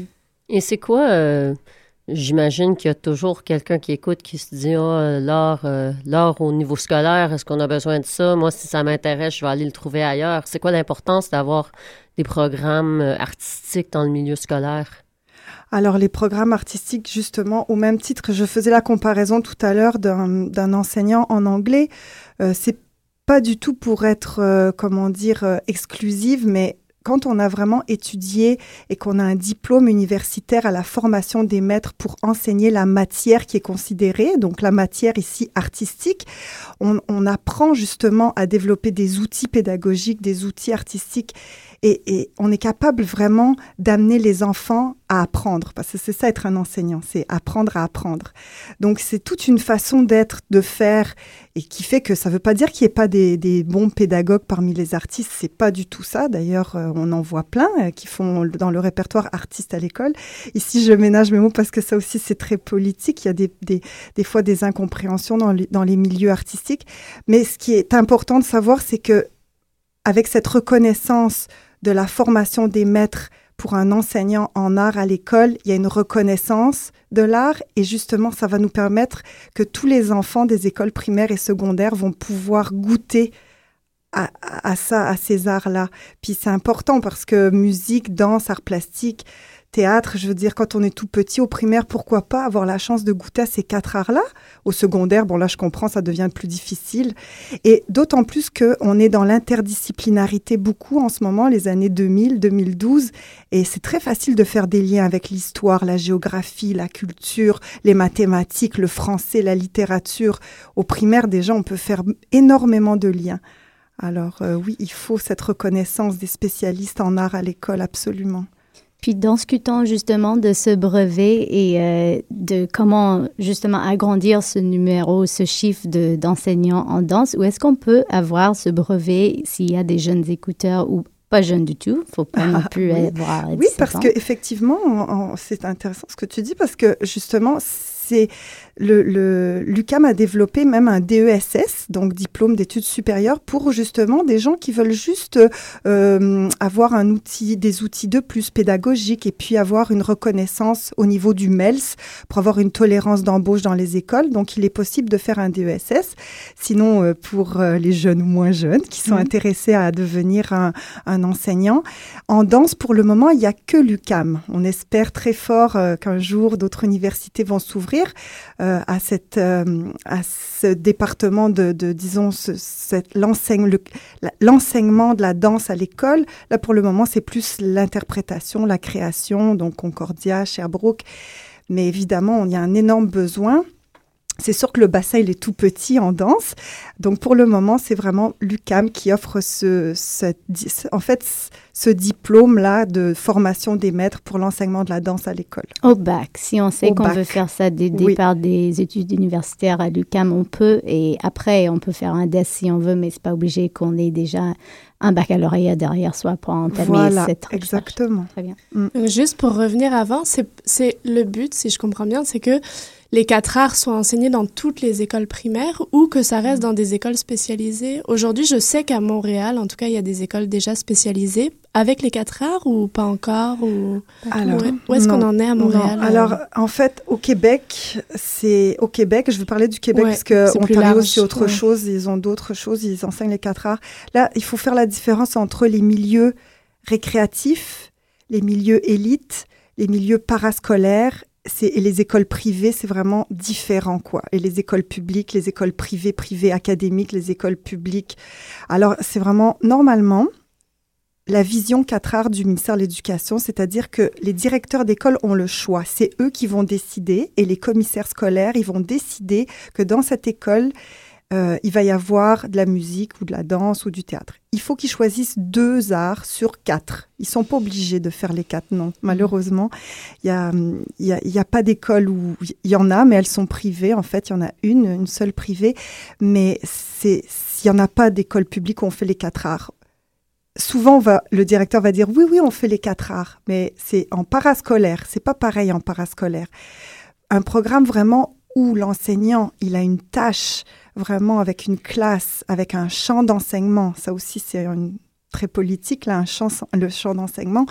Et c'est quoi, euh, j'imagine qu'il y a toujours quelqu'un qui écoute qui se dit « Ah, oh, l'art, euh, l'art au niveau scolaire, est-ce qu'on a besoin de ça? Moi, si ça m'intéresse, je vais aller le trouver ailleurs. » C'est quoi l'importance d'avoir des programmes artistiques dans le milieu scolaire? Alors, les programmes artistiques, justement, au même titre, je faisais la comparaison tout à l'heure d'un, d'un enseignant en anglais. Euh, c'est pas du tout pour être, euh, comment dire, euh, exclusive, mais quand on a vraiment étudié et qu'on a un diplôme universitaire à la formation des maîtres pour enseigner la matière qui est considérée, donc la matière ici artistique, on, on apprend justement à développer des outils pédagogiques, des outils artistiques et, et on est capable vraiment d'amener les enfants à apprendre, parce que c'est ça être un enseignant, c'est apprendre à apprendre. Donc c'est toute une façon d'être, de faire, et qui fait que ça ne veut pas dire qu'il n'y ait pas des, des bons pédagogues parmi les artistes, c'est pas du tout ça. D'ailleurs, euh, on en voit plein euh, qui font dans le répertoire artistes à l'école. Ici, je ménage mes mots parce que ça aussi, c'est très politique. Il y a des, des, des fois des incompréhensions dans les, dans les milieux artistiques. Mais ce qui est important de savoir, c'est que avec cette reconnaissance de la formation des maîtres pour un enseignant en art à l'école, il y a une reconnaissance de l'art et justement, ça va nous permettre que tous les enfants des écoles primaires et secondaires vont pouvoir goûter à, à, à ça, à ces arts-là. Puis c'est important parce que musique, danse, art plastique, théâtre, je veux dire, quand on est tout petit, au primaire, pourquoi pas avoir la chance de goûter à ces quatre arts-là? Au secondaire, bon là, je comprends, ça devient plus difficile. Et d'autant plus qu'on est dans l'interdisciplinarité beaucoup en ce moment, les années deux mille, deux mille douze, et c'est très facile de faire des liens avec l'histoire, la géographie, la culture, les mathématiques, le français, la littérature. Au primaire, déjà, on peut faire énormément de liens. Alors euh, oui, il faut cette reconnaissance des spécialistes en art à l'école, absolument. Puis, discutons justement de ce brevet et euh, de comment justement agrandir ce numéro, ce chiffre de, d'enseignants en danse. Où est-ce qu'on peut avoir ce brevet s'il y a des jeunes écouteurs ou pas jeunes du tout? Il ne faut pas non plus oui. avoir Oui, parce qu'effectivement, c'est intéressant ce que tu dis parce que justement, c'est le, le l'U Q A M a développé même un D E S S, donc diplôme d'études supérieures, pour justement des gens qui veulent juste euh, avoir un outil, des outils de plus pédagogiques et puis avoir une reconnaissance au niveau du M E L S pour avoir une tolérance d'embauche dans les écoles. Donc, il est possible de faire un D E S S. Sinon, euh, pour euh, les jeunes ou moins jeunes qui sont mmh. intéressés à devenir un, un enseignant, en danse, pour le moment, il n'y a que l'U Q A M. On espère très fort euh, qu'un jour, d'autres universités vont s'ouvrir euh, à, cette, euh, à ce département de, de disons, ce, cette, l'enseigne, le, l'enseignement de la danse à l'école. Là, pour le moment, c'est plus l'interprétation, la création, donc Concordia, Sherbrooke. Mais évidemment, il y a un énorme besoin. C'est sûr que le bassin, il est tout petit en danse. Donc, pour le moment, c'est vraiment l'U Q A M qui offre ce, ce, en fait, ce diplôme-là de formation des maîtres pour l'enseignement de la danse à l'école. Au bac. Si on sait Au qu'on bac. veut faire ça dès le Oui. départ des études universitaires à l'U Q A M, on peut. Et après, on peut faire un D E S si on veut, mais c'est pas obligé qu'on ait déjà un baccalauréat derrière soi pour entamer Voilà, cette recherche. exactement. Très bien. Mm. Donc, juste pour revenir avant, c'est, c'est le but, si je comprends bien, c'est que les quatre arts soient enseignés dans toutes les écoles primaires ou que ça reste dans des écoles spécialisées. Aujourd'hui, je sais qu'à Montréal, en tout cas, il y a des écoles déjà spécialisées avec les quatre arts ou pas encore ou... Alors, où, où est-ce non, qu'on en est à Montréal? non. Alors, en fait, au Québec, c'est au Québec, je vais parler du Québec Ouais, parce que c'est plus Ontario, large, c'est autre ouais. chose, ils ont d'autres choses, ils enseignent les quatre arts. Là, il faut faire la différence entre les milieux récréatifs, les milieux élites, les milieux parascolaires. C'est, et les écoles privées, c'est vraiment différent, quoi. Et les écoles publiques, les écoles privées, privées académiques, les écoles publiques. Alors, c'est vraiment, normalement, la vision quatre arts du ministère de l'Éducation, c'est-à-dire que les directeurs d'école ont le choix. C'est eux qui vont décider, et les commissaires scolaires, ils vont décider que dans cette école, euh, il va y avoir de la musique ou de la danse ou du théâtre. Il faut qu'ils choisissent deux arts sur quatre. Ils ne sont pas obligés de faire les quatre, non. Malheureusement, il n'y a, y a, y a pas d'école où... Il y en a, mais elles sont privées. En fait, il y en a une, une seule privée. Mais c'est, s'il n'y en a pas d'école publique où on fait les quatre arts, souvent, on va, le directeur va dire « Oui, oui, on fait les quatre arts. » Mais c'est en parascolaire. C'est pas pareil en parascolaire. Un programme vraiment où l'enseignant, il a une tâche vraiment avec une classe, avec un champ d'enseignement. Ça aussi, c'est une, très politique, là, un champ, le champ d'enseignement.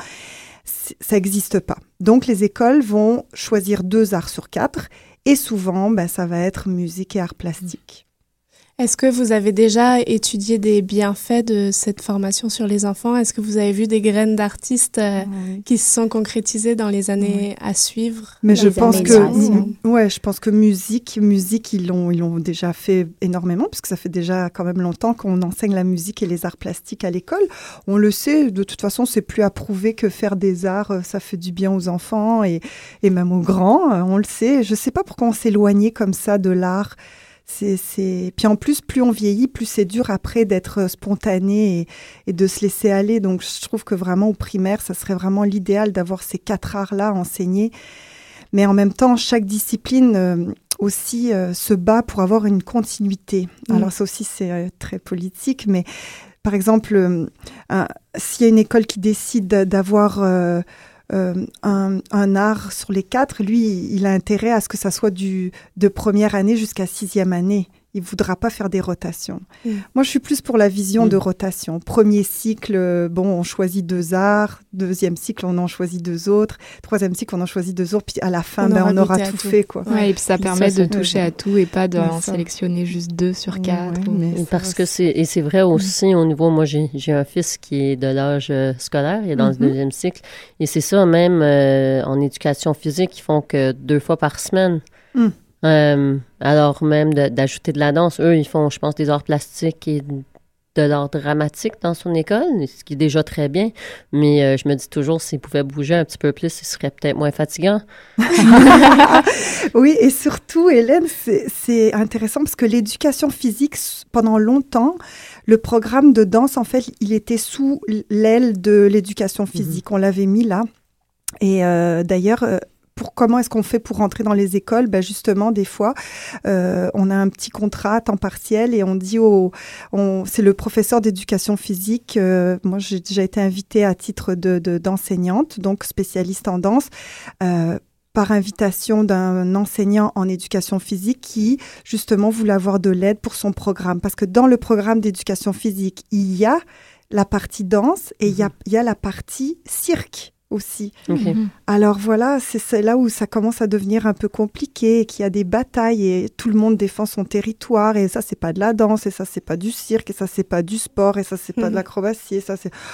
Ça n'existe pas. Donc, les écoles vont choisir deux arts sur quatre et souvent, ben, ça va être musique et arts plastiques. Est-ce que vous avez déjà étudié des bienfaits de cette formation sur les enfants? Est-ce que vous avez vu des graines d'artistes euh, oui. qui se sont concrétisées dans les années oui. à suivre? Mais je pense que, m- ouais, je pense que musique, musique, ils l'ont, ils l'ont déjà fait énormément, puisque ça fait déjà quand même longtemps qu'on enseigne la musique et les arts plastiques à l'école. On le sait, de toute façon, c'est plus approuvé que faire des arts, ça fait du bien aux enfants et, et même aux grands. On le sait. Je ne sais pas pourquoi on s'éloignait comme ça de l'art. C'est, c'est... Puis en plus, plus on vieillit, plus c'est dur après d'être spontané et, et de se laisser aller. Donc, je trouve que vraiment au primaire, ça serait vraiment l'idéal d'avoir ces quatre arts-là enseignés. Mais en même temps, chaque discipline euh, aussi euh, se bat pour avoir une continuité. Mmh. Alors ça aussi, c'est euh, très politique. Mais par exemple, euh, euh, s'il y a une école qui décide d'avoir... Euh, Euh, un, un art sur les quatre, lui, il a intérêt à ce que ça soit du, de première année jusqu'à sixième année. Il ne voudra pas faire des rotations. Mmh. Moi, je suis plus pour la vision mmh. de rotation. Premier cycle, bon, on choisit deux arts. Deuxième cycle, on en choisit deux autres. Troisième cycle, on en choisit deux autres. Puis à la fin, on, ben, on aura tout, tout fait, quoi. Ouais, et puis ça puis permet ça, de toucher à tout et pas d'en ça. sélectionner juste deux sur quatre. Ouais, ou... mais Parce que c'est, et c'est vrai aussi mmh. au niveau, moi, j'ai, j'ai un fils qui est de l'âge euh, scolaire, il est dans mmh. le deuxième cycle. Et c'est ça, même euh, en éducation physique, ils font que deux fois par semaine. Mmh. Euh, alors même de, d'ajouter de la danse, eux, ils font, je pense, des arts plastiques et de l'art dramatique dans son école, ce qui est déjà très bien. Mais euh, je me dis toujours, s'ils pouvaient bouger un petit peu plus, ce serait peut-être moins fatigant. Oui, et surtout, Hélène, c'est, c'est intéressant parce que l'éducation physique, pendant longtemps, le programme de danse, en fait, il était sous l'aile de l'éducation physique. Mmh. On l'avait mis là. Et euh, d'ailleurs... Euh, Pour comment est-ce qu'on fait pour rentrer dans les écoles? Ben justement, des fois, euh, on a un petit contrat à temps partiel et on dit au... On, c'est le professeur d'éducation physique. Euh, moi, j'ai déjà été invitée à titre de, de, d'enseignante, donc spécialiste en danse, euh, par invitation d'un enseignant en éducation physique qui, justement, voulait avoir de l'aide pour son programme. Parce que dans le programme d'éducation physique, il y a la partie danse et il y a, il y a la partie cirque aussi. Okay. Alors voilà, c'est, c'est là où ça commence à devenir un peu compliqué et qu'il y a des batailles et tout le monde défend son territoire et ça, c'est pas de la danse et ça, c'est pas du cirque et ça, c'est pas du sport et ça, c'est pas mmh. de l'acrobatie et ça, c'est...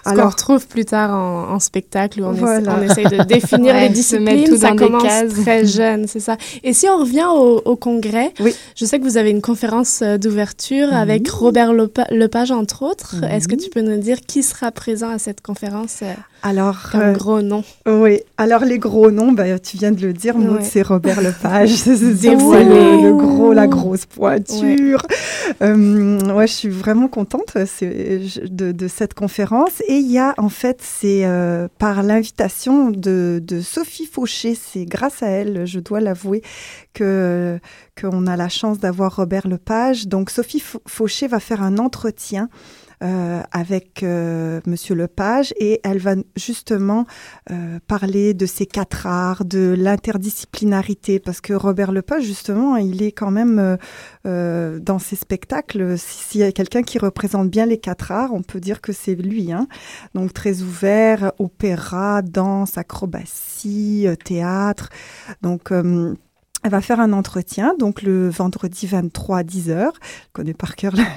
Ce qu'on retrouve plus tard en, en spectacle où on, voilà. essaie, on essaye de définir ouais, les disciplines, tout ça dans commence des cases. très jeune, c'est ça. Et si on revient au, au congrès, oui. je sais que vous avez une conférence d'ouverture mmh. avec Robert Lepa- Lepage, entre autres. Mmh. Est-ce que tu peux nous dire qui sera présent à cette conférence euh, Alors, comme euh, gros nom? Oui, alors les gros noms, bah, tu viens de le dire, Maud, ouais. c'est Robert Lepage. c'est, c'est, c'est le, le gros, la grosse pointure. Ouais. Euh, ouais, je suis vraiment contente c'est, de, de cette conférence. Et il y a, en fait, c'est euh, par l'invitation de, de Sophie Fauché, c'est grâce à elle, je dois l'avouer, que qu'on a la chance d'avoir Robert Lepage. Donc, Sophie Fauché va faire un entretien Euh, avec euh, Monsieur Lepage et elle va justement euh, parler de ces quatre arts, de l'interdisciplinarité, parce que Robert Lepage, justement, il est quand même euh, euh, dans ses spectacles, s'il y a quelqu'un qui représente bien les quatre arts, on peut dire que c'est lui. Hein. Donc très ouvert, opéra, danse, acrobatie, euh, théâtre. Donc euh, elle va faire un entretien, donc le vendredi vingt-trois à dix heures. Je connais par cœur. Là.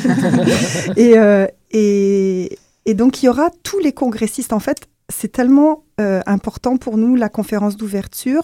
et, euh, et, et donc, il y aura tous les congressistes. En fait, c'est tellement euh, important pour nous, la conférence d'ouverture,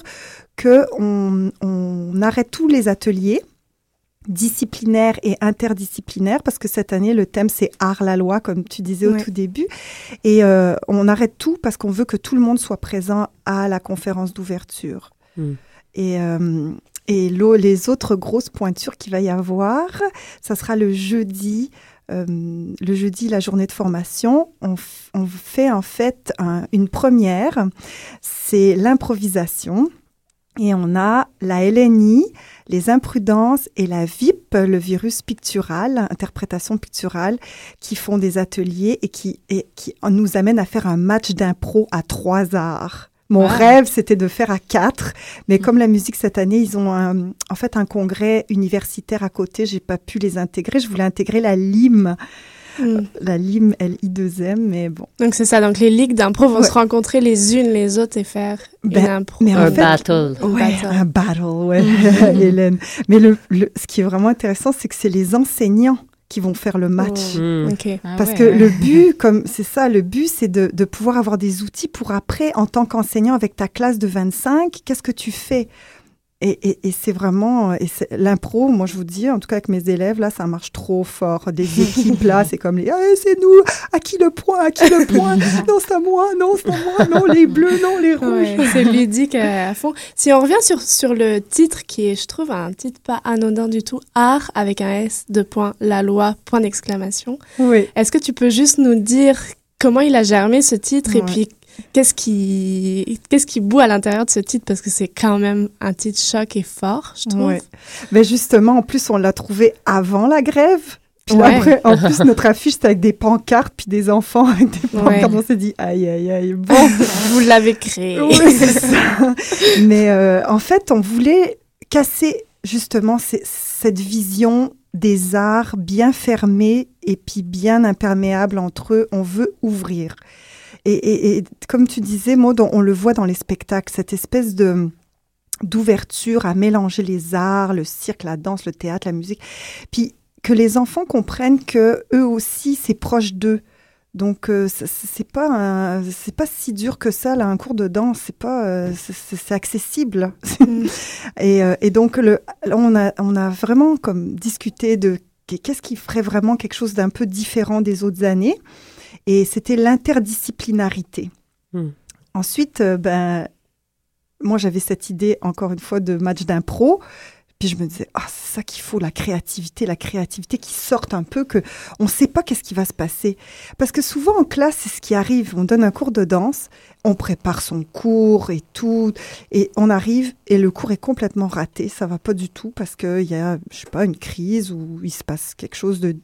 qu'on on arrête tous les ateliers disciplinaires et interdisciplinaires, parce que cette année, le thème, c'est « Art, la loi », comme tu disais ouais. au tout début. Et euh, on arrête tout parce qu'on veut que tout le monde soit présent à la conférence d'ouverture. Mm. Et, euh, et les autres grosses pointures qu'il va y avoir, ça sera le jeudi, euh, le jeudi, la journée de formation. On, f- on fait en fait un, une première, c'est l'improvisation. Et on a la L N I, les imprudences et la V I P, le virus pictural, interprétation picturale, qui font des ateliers et qui, et, qui nous amènent à faire un match d'impro à trois arts. Mon ah. rêve, c'était de faire à quatre, mais comme la musique cette année, ils ont un, en fait un congrès universitaire à côté, j'ai pas pu les intégrer. Je voulais intégrer la L I M, mm. la L I M, L I deux M, mais bon. Donc c'est ça, donc les ligues d'impro vont ouais. se rencontrer les unes les autres et faire ben, une impro. Mais un fait, battle. Ouais, battle. un battle, ouais, mm-hmm. Hélène. Mais le, le, ce qui est vraiment intéressant, c'est que c'est les enseignants qui vont faire le match. Oh. Mmh. Okay. Ah Parce ouais, que ouais. le but, comme c'est ça, le but, c'est de, de pouvoir avoir des outils pour après, en tant qu'enseignant avec ta classe de vingt-cinq, qu'est-ce que tu fais ? Et, et, et c'est vraiment, et c'est, l'impro, moi je vous dis, en tout cas avec mes élèves, là, ça marche trop fort. Des équipes, là, c'est comme les, hey, c'est nous, à qui le point, à qui le point, non, c'est à moi, non, c'est à moi, non, les bleus, non, les rouges. Ouais, c'est ludique à, à fond. Si on revient sur, sur le titre, qui est, je trouve, un titre pas anodin du tout, Art, avec un S, deux points, la loi, point d'exclamation. Oui. Est-ce que tu peux juste nous dire comment il a germé ce titre ouais. et puis Qu'est-ce qui, qu'est-ce qui bout à l'intérieur de ce titre? Parce que c'est quand même un titre choc et fort, je trouve. Ouais. Mais justement, en plus, on l'a trouvé avant la grève. Puis ouais. après, en plus, notre affiche, c'était avec des pancartes, puis des enfants avec des pancartes. Ouais. On s'est dit, aïe, aïe, aïe, bon. Vous l'avez créé. Oui, c'est ça. Mais euh, en fait, on voulait casser justement c- cette vision des arts bien fermés et puis bien imperméables entre eux. On veut ouvrir. Et, et, et comme tu disais, Maud, on, on le voit dans les spectacles, cette espèce de, d'ouverture à mélanger les arts, le cirque, la danse, le théâtre, la musique. Puis que les enfants comprennent que eux aussi, c'est proche d'eux. Donc, euh, c'est, c'est, pas un, c'est pas si dur que ça, là, un cours de danse. C'est, pas, euh, c'est, c'est accessible. Mm. et, euh, et donc, le, on, a, on a vraiment comme discuté de qu'est-ce qui ferait vraiment quelque chose d'un peu différent des autres années. Et c'était l'interdisciplinarité. Mmh. Ensuite, euh, ben, moi, j'avais cette idée, encore une fois, de match d'impro. Puis je me disais, ah, c'est ça qu'il faut, la créativité, la créativité qui sorte un peu, qu'on ne sait pas qu'est-ce qui va se passer. Parce que souvent, en classe, c'est ce qui arrive. On donne un cours de danse, on prépare son cours et tout, et on arrive, et le cours est complètement raté. Ça ne va pas du tout parce qu'il y a, je ne sais pas, une crise ou il se passe quelque chose de...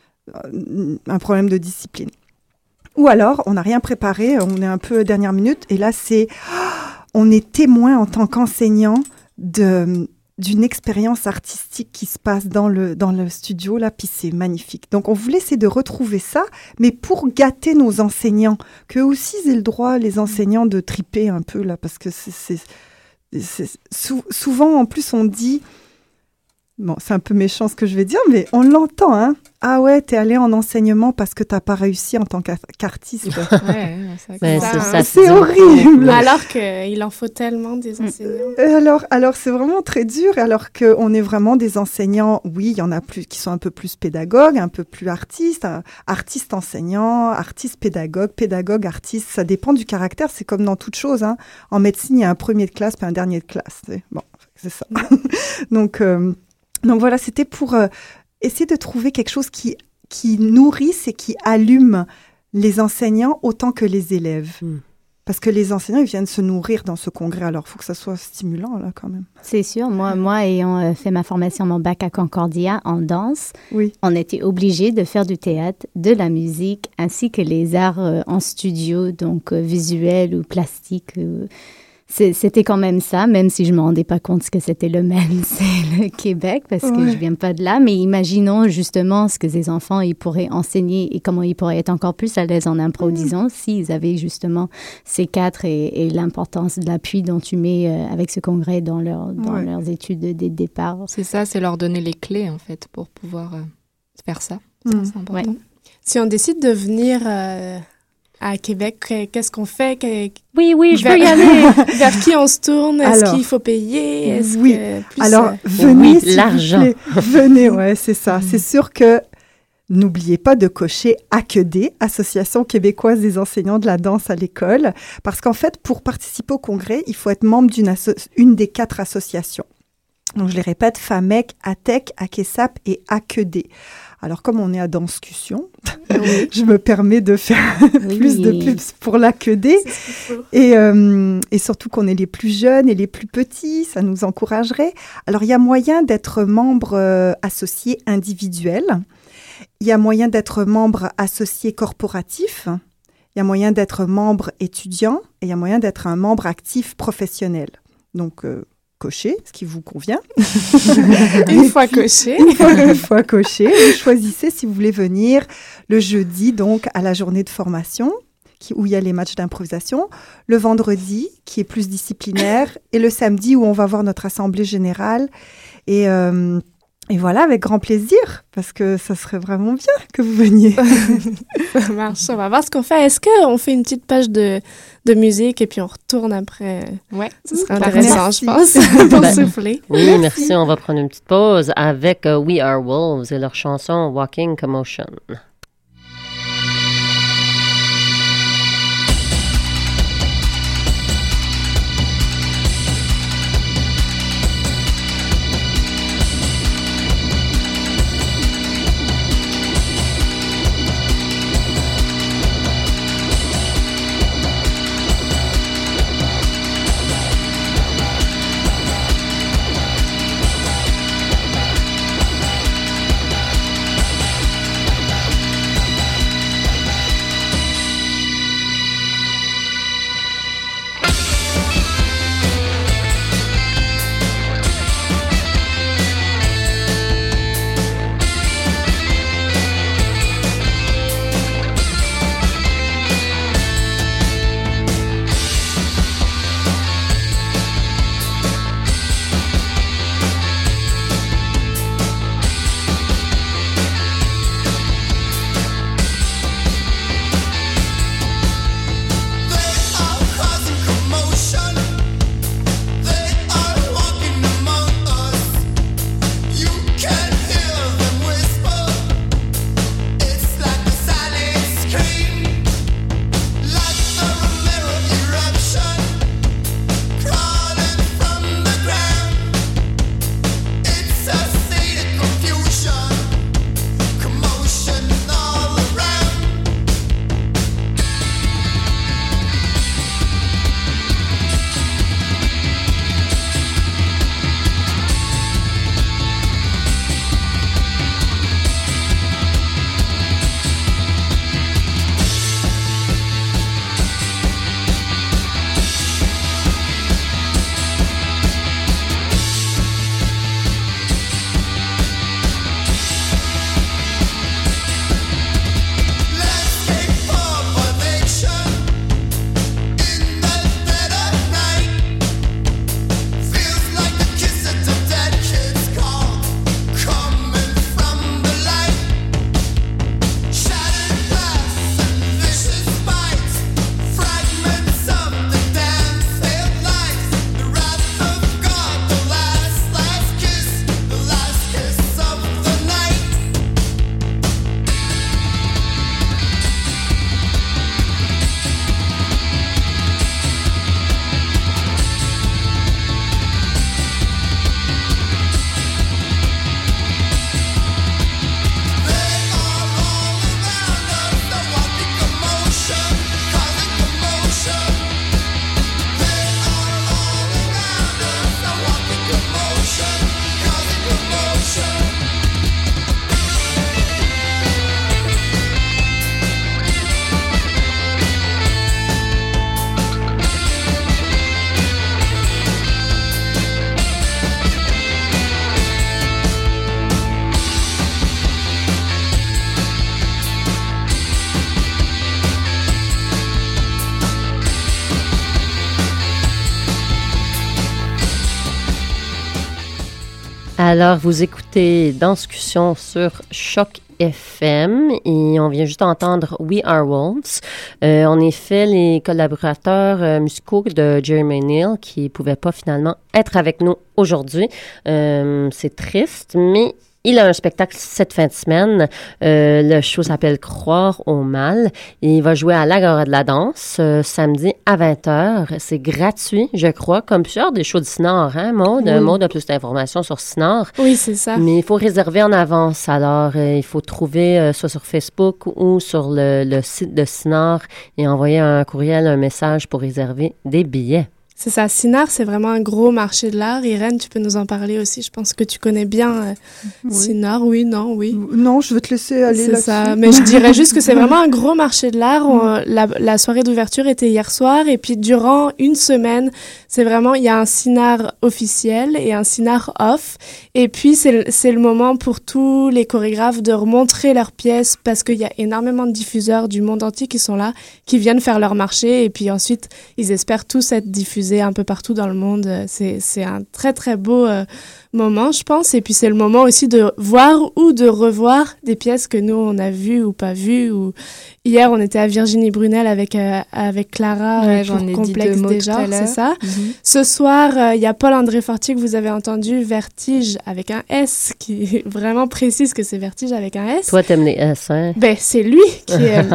un problème de discipline. Ou alors, on n'a rien préparé, on est un peu dernière minute, et là, c'est, on est témoin en tant qu'enseignant de, d'une expérience artistique qui se passe dans le, dans le studio, là, puis c'est magnifique. Donc, on voulait essayer de retrouver ça, mais pour gâter nos enseignants, qu'eux aussi aient le droit, les enseignants, de triper un peu, là, parce que c'est, c'est, c'est sou, souvent, en plus, on dit... bon, c'est un peu méchant ce que je vais dire, mais on l'entend, hein. Ah ouais, t'es allé en enseignement parce que t'as pas réussi en tant qu'artiste. Ouais, c'est, ben, ça, c'est, ça, c'est horrible. Alors qu'il en faut tellement des enseignants. Et alors, alors c'est vraiment très dur, alors qu'on est vraiment des enseignants, oui, il y en a plus qui sont un peu plus pédagogues, un peu plus artistes, hein, artistes enseignants, artistes pédagogues, pédagogues artistes, ça dépend du caractère, c'est comme dans toute chose. Hein. En médecine, il y a un premier de classe puis un dernier de classe. C'est, bon, c'est ça. donc, euh, donc voilà, c'était pour... Euh, essayer de trouver quelque chose qui, qui nourrisse et qui allume les enseignants autant que les élèves. Mm. Parce que les enseignants, ils viennent se nourrir dans ce congrès. Alors, il faut que ça soit stimulant, là, quand même. C'est sûr. Moi, moi ayant fait ma formation, mon bac à Concordia en danse, oui. on était obligés de faire du théâtre, de la musique, ainsi que les arts euh, en studio, donc euh, visuels ou plastiques. Euh, C'est, c'était quand même ça, même si je ne me rendais pas compte que c'était le même, c'est le Québec, parce que ouais. je ne viens pas de là. Mais imaginons justement ce que ces enfants ils pourraient enseigner et comment ils pourraient être encore plus à l'aise en impro, disons, mmh. s'ils avaient justement ces quatre et, et l'importance de l'appui dont tu mets euh, avec ce congrès dans, leur, dans ouais. leurs études dès le départ. C'est ça, c'est leur donner les clés, en fait, pour pouvoir euh, faire ça. Mmh. ça c'est important. Ouais. Si on décide de venir... Euh... à Québec, qu'est-ce qu'on fait? Oui, oui, je vers, veux y aller. Vers qui on se tourne? Est-ce alors, qu'il faut payer? Est-ce oui. que plus alors, euh... venez, oui, s'il l'argent. vous plaît. Venez, ouais, c'est ça. Mm. C'est sûr que n'oubliez pas de cocher A Q E D, Association québécoise des enseignants de la danse à l'école, parce qu'en fait, pour participer au congrès, il faut être membre d'une asso- une des quatre associations. Donc, je les répète, FAMEC, ATEC, AQESAP et A Q E D. Alors, comme on est à Danscussion, oui. je me permets de faire oui. plus de pubs pour l'A Q E D. Et, euh, et surtout qu'on est les plus jeunes et les plus petits, ça nous encouragerait. Alors, il y a moyen d'être membre euh, associé individuel. Il y a moyen d'être membre associé corporatif. Il y a moyen d'être membre étudiant. Et il y a moyen d'être un membre actif professionnel. Donc, euh, cocher, ce qui vous convient. Une fois coché. Une fois, une fois coché, vous choisissez si vous voulez venir le jeudi, donc à la journée de formation, qui, où il y a les matchs d'improvisation, le vendredi, qui est plus disciplinaire, et le samedi, où on va voir notre assemblée générale. Et, euh, et voilà, avec grand plaisir, parce que ça serait vraiment bien que vous veniez. Ça marche, on va voir ce qu'on fait. Est-ce qu'on fait une petite page de, de musique et puis on retourne après? Ouais, ce serait intéressant, merci. je pense, pour ben, souffler. Oui, merci. merci. On va prendre une petite pause avec uh, We Are Wolves et leur chanson Walking Commotion. Walking Alors, vous écoutez Danscussion sur Choc F M et on vient juste d'entendre We Are Wolves. Euh, en effet, les collaborateurs euh, musicaux de Jeremy Neal qui ne pouvaient pas finalement être avec nous aujourd'hui. Euh, c'est triste, mais il a un spectacle cette fin de semaine. Euh, le show s'appelle Croire au mal. Et il va jouer à l'Agora de la danse euh, samedi à vingt heures. C'est gratuit, je crois, comme plusieurs des shows de Cinor, hein, Maude? Oui. Maude a plus d'informations sur Cinor. Oui, c'est ça. Mais il faut réserver en avance. Alors, euh, il faut trouver euh, soit sur Facebook ou sur le, le site de Cinor et envoyer un courriel, un message pour réserver des billets. C'est ça. Cinor, c'est vraiment un gros marché de l'art. Irène, tu peux nous en parler aussi. Je pense que tu connais bien euh, oui. Cinor. Oui, non, oui. Non, je vais te laisser aller c'est là-dessus. Ça. Mais je dirais juste que c'est vraiment un gros marché de l'art. On, la, la soirée d'ouverture était hier soir. Et puis, durant une semaine, c'est vraiment, il y a un Cinor officiel et un Cinor off. Et puis, c'est, c'est le moment pour tous les chorégraphes de remontrer leurs pièces parce qu'il y a énormément de diffuseurs du monde entier qui sont là, qui viennent faire leur marché. Et puis ensuite, ils espèrent tous être diffusés un peu partout dans le monde. C'est, c'est un très, très beau euh, moment, je pense. Et puis, c'est le moment aussi de voir ou de revoir des pièces que nous, on a vues ou pas vues. Ou... Hier, on était à Virginie Brunel avec, euh, avec Clara ouais, euh, pour j'en ai Complexe dit deux des genres, c'est ça. Mm-hmm. Ce soir, il euh, y a Paul-André Fortier que vous avez entendu, Vertige avec un S, qui vraiment précise que c'est Vertige avec un S. Toi, t'aimes les S, hein? Ben, c'est lui qui aime.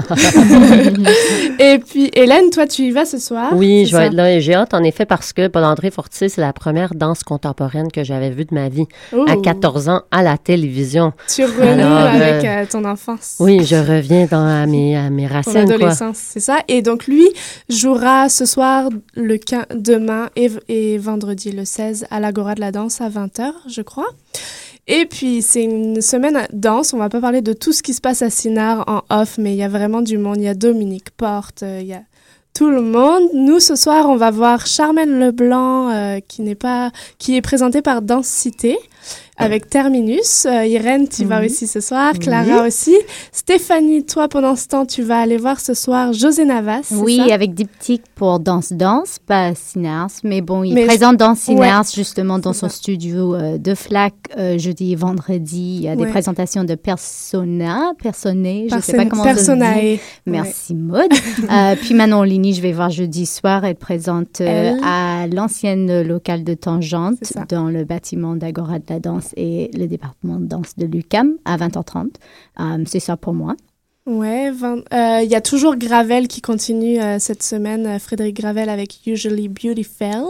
Et puis, Hélène, toi, tu y vas ce soir? Oui, je vais ça? être là et j'ai hâte, en effet, parce que Paul-André Fortier, c'est la première danse contemporaine que j'avais vue de ma vie, Ooh. à quatorze ans, à la télévision. Tu renoues avec euh, ton enfance. Oui, je reviens dans, à, mes, à mes racines, ton adolescence, quoi. C'est ça. Et donc, lui jouera ce soir, le quinze, demain et, et vendredi, le seize, à l'Agora de la danse à vingt heures, je crois. Et puis, c'est une semaine danse. On va pas parler de tout ce qui se passe à Cinor en off, mais il y a vraiment du monde. Il y a Dominique Porte, euh, il y a tout le monde. Nous, ce soir, on va voir Charmaine Leblanc, euh, qui n'est pas, qui est présentée par Danse Cité, avec Terminus. Euh, Irène, tu oui. vas aussi ce soir. Clara oui. aussi. Stéphanie, toi, pendant ce temps, tu vas aller voir ce soir José Navas. Oui, ça? avec Diptyque pour Danse Danse, pas Cinars. Mais bon, il mais présente Danse Cinars, ouais. justement, dans c'est son ça. studio euh, de Flac, euh, jeudi et vendredi. Il y a ouais. des présentations de Persona, Personné, je ne sais pas comment Personnae. ça se dit. Merci, ouais. Maude. euh, puis Manon Ligny, je vais voir jeudi soir. Elle présente euh, Elle... à l'ancienne locale de Tangente, dans le bâtiment d'Agora de la danse et le département de danse de l'U Q A M à vingt heures trente. Um, c'est ça pour moi. Ouais, il euh, y a toujours Gravel qui continue euh, cette semaine, euh, Frédéric Gravel avec Usually Beautiful.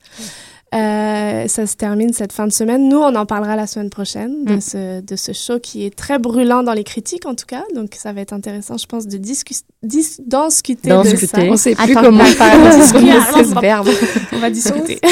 Euh, ça se termine cette fin de semaine. Nous, on en parlera la semaine prochaine de, mm. ce, de ce show qui est très brûlant dans les critiques, en tout cas. Donc, ça va être intéressant, je pense, de discu- dis- discuter de ça. On ne sait plus Attends, comment faire discuter ce verbe. On va discuter.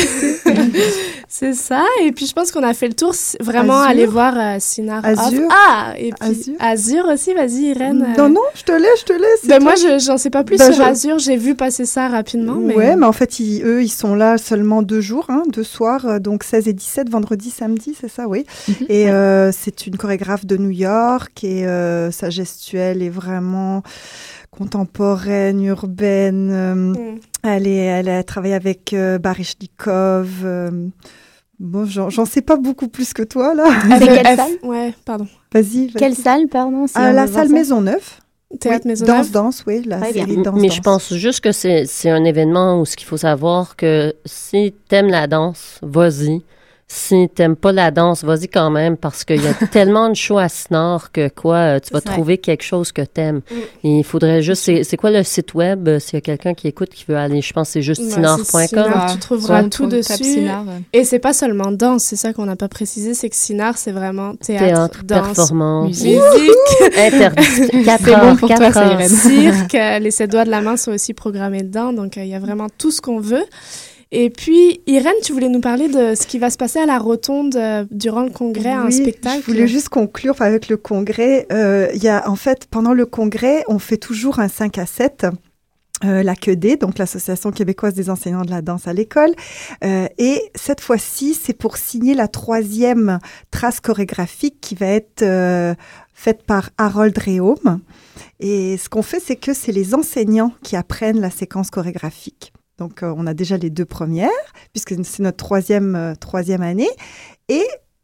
C'est ça. Et puis, je pense qu'on a fait le tour. Vraiment, Azur. Aller voir euh, Cinor Azur. Off. Ah! Et puis, Azur, Azur aussi. Vas-y, Irène. Euh... Non, non, je te laisse, je te laisse. Ben moi, je, j'en sais pas plus ben sur je... Azur. J'ai vu passer ça rapidement. Mais... Ouais, mais en fait, ils, eux, ils sont là seulement deux jours, hein, deux soirs, donc seize et dix-sept, vendredi, samedi, c'est ça, oui. Mm-hmm. Et euh, c'est une chorégraphe de New York et euh, sa gestuelle est vraiment contemporaine, urbaine. Euh, mm. elle, est, elle a travaillé avec euh, Baryshnikov. Euh, bon, j'en, j'en sais pas beaucoup plus que toi, là. C'est quelle salle? Ouais, pardon. Vas-y, vas-y. Quelle salle, pardon? Si ah, la salle Maisonneuve. Théâtre oui, Maisonneuve. Danse, danse, oui, la Très série bien. Danse, Mais danse. je pense juste que c'est, c'est un événement où ce qu'il faut savoir que si t'aimes la danse, vas-y. Si t'aimes pas la danse, vas-y quand même, parce qu'il y a tellement de shows à Cinor que quoi, tu vas c'est trouver quelque chose que t'aimes. Mm. Et il faudrait juste... C'est, c'est quoi le site web, s'il y a quelqu'un qui écoute, qui veut aller? Je pense que c'est juste ouais, cinor point com. Ouais, tu trouveras ouais, tout dessus. Cinor, ouais. Et c'est pas seulement danse, c'est ça qu'on n'a pas précisé, c'est que Cinor, c'est vraiment théâtre, théâtre danse, performance, musique. Interdit. quatre c'est heures, bon pour quatre toi, heures. Cirque, les sept doigts de la main sont aussi programmés dedans, donc il euh, y a vraiment tout ce qu'on veut. Et puis, Irène, tu voulais nous parler de ce qui va se passer à la Rotonde euh, durant le congrès, oui, un spectacle. Je voulais juste conclure avec le congrès. Euh, y a, en fait, pendant le congrès, on fait toujours un cinq à sept. Euh, la Q E D, donc l'Association québécoise des enseignants de la danse à l'école. Euh, et cette fois-ci, c'est pour signer la troisième trace chorégraphique qui va être euh, faite par Harold Réaume. Et ce qu'on fait, c'est que c'est les enseignants qui apprennent la séquence chorégraphique. Donc, euh, on a déjà les deux premières, puisque c'est notre troisième, euh, troisième année. Et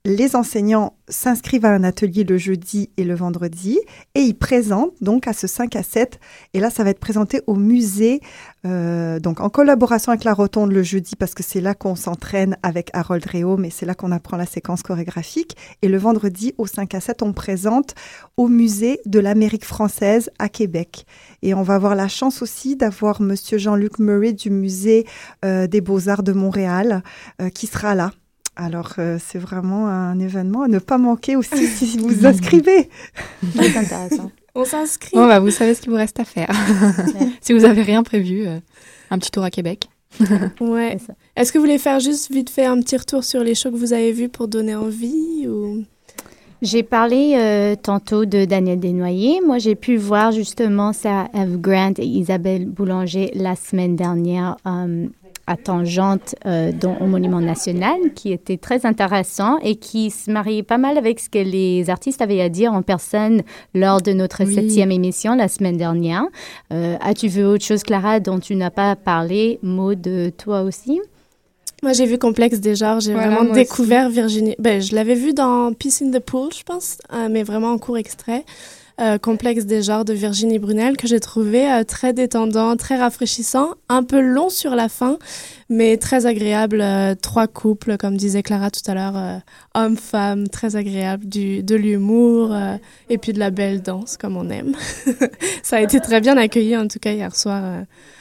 les enseignants s'inscrivent à un atelier le jeudi et le vendredi et ils présentent donc à ce cinq à sept. Et là, ça va être présenté au musée, euh, donc en collaboration avec la Rotonde le jeudi parce que c'est là qu'on s'entraîne avec Harold Réaume et c'est là qu'on apprend la séquence chorégraphique. Et le vendredi, au cinq à sept, on présente au musée de l'Amérique française à Québec. Et on va avoir la chance aussi d'avoir Monsieur Jean-Luc Murray du musée euh, des Beaux-Arts de Montréal euh, qui sera là. Alors, euh, c'est vraiment un événement à ne pas manquer aussi si vous vous inscrivez. C'est intéressant. On s'inscrit. Bon, bah, vous savez ce qu'il vous reste à faire. Si vous n'avez rien prévu, euh, un petit tour à Québec. Ouais. Est-ce que vous voulez faire juste vite fait un petit retour sur les shows que vous avez vus pour donner envie ou... J'ai parlé euh, tantôt de Daniel Desnoyers. Moi, j'ai pu voir justement Sarah Eve Grant et Isabelle Boulanger la semaine dernière euh, à Tangente, euh, dont au Monument National, qui était très intéressant et qui se mariait pas mal avec ce que les artistes avaient à dire en personne lors de notre oui. septième émission la semaine dernière. Euh, as-tu vu autre chose, Clara, dont tu n'as pas parlé? Maud, toi aussi? Moi, j'ai vu Complexe des genres. J'ai voilà, vraiment découvert aussi. Virginie. Ben, je l'avais vu dans Peace in the Pool, je pense, euh, mais vraiment en court extrait. Euh, Complexe des genres de Virginie Brunel, que j'ai trouvé euh, très détendant, très rafraîchissant, un peu long sur la fin, mais très agréable. Euh, trois couples, comme disait Clara tout à l'heure, euh, homme-femme, très agréable, du, de l'humour euh, et puis de la belle danse, comme on aime. Ça a été très bien accueilli, en tout cas, hier soir euh,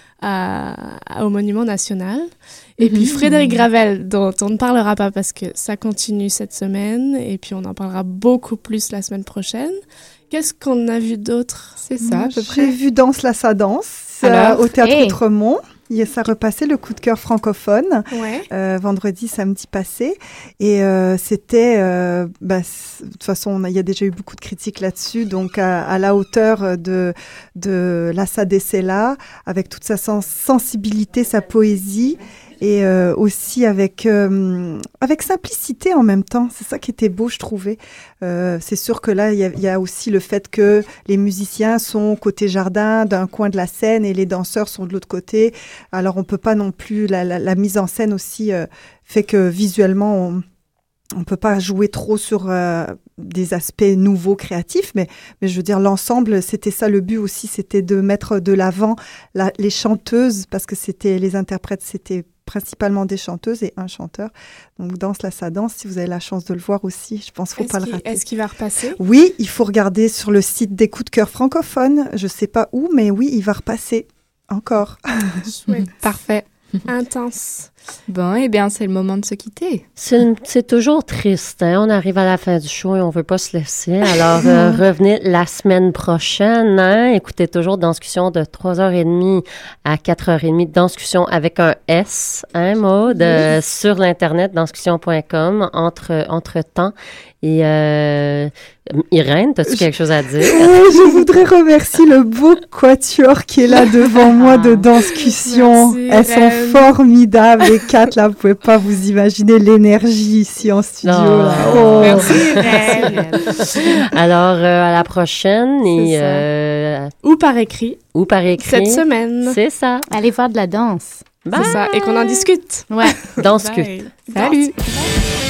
à, à, au Monument National. Et puis Frédéric Gravel, dont on ne parlera pas parce que ça continue cette semaine, et puis on en parlera beaucoup plus la semaine prochaine. Qu'est-ce qu'on a vu d'autre? C'est ça, à peu près. J'ai vu Danse la sa danse euh, au Théâtre hey. Outremont. Ça repassait le coup de cœur francophone ouais. euh, vendredi, samedi passé. Et euh, c'était, euh, bah, de toute façon, il y a déjà eu beaucoup de critiques là-dessus, donc à, à la hauteur de, de Lassa Dessela, avec toute sa sens- sensibilité, sa poésie. Et euh, aussi avec, euh, avec simplicité en même temps. C'est ça qui était beau, je trouvais. Euh, c'est sûr que là, il y, y a aussi le fait que les musiciens sont côté jardin, d'un coin de la scène, et les danseurs sont de l'autre côté. Alors, on peut pas non plus... La, la, la mise en scène aussi euh, fait que visuellement, on on peut pas jouer trop sur euh, des aspects nouveaux, créatifs, mais, mais je veux dire, l'ensemble, c'était ça le but aussi, c'était de mettre de l'avant la, les chanteuses, parce que c'était les interprètes, c'était principalement des chanteuses et un chanteur. Donc, Danse la sa danse, si vous avez la chance de le voir aussi, je pense qu'il ne faut pas le rater. Est-ce qu'il va repasser? Oui, il faut regarder sur le site des coups de cœur francophones. Je ne sais pas où, mais oui, il va repasser encore. Chouette. Parfait. Intense. Bon, eh bien, c'est le moment de se quitter. C'est, c'est toujours triste, hein? On arrive à la fin du show et on ne veut pas se laisser. Alors, euh, revenez la semaine prochaine. Hein? Écoutez toujours Danscussion de trois heures trente à quatre heures trente. Danscussion avec un S, hein, Maud? Oui. Euh, sur l'Internet, danscussion point com, entre, entre-temps. Et euh, Irène, as-tu quelque chose à dire? Oui, je voudrais remercier le beau quatuor qui est là devant moi de Danscussion. Merci, elles sont formidables, les quatre, là, vous pouvez pas vous imaginer l'énergie ici en studio. Oh. Là. Oh. Merci, Irène. Alors, euh, à la prochaine. Et, euh, ou par écrit. Ou par écrit. Cette semaine. C'est ça. Allez voir de la danse. Bye. C'est ça, et qu'on en discute. Ouais. Danscute. Salut. Danse.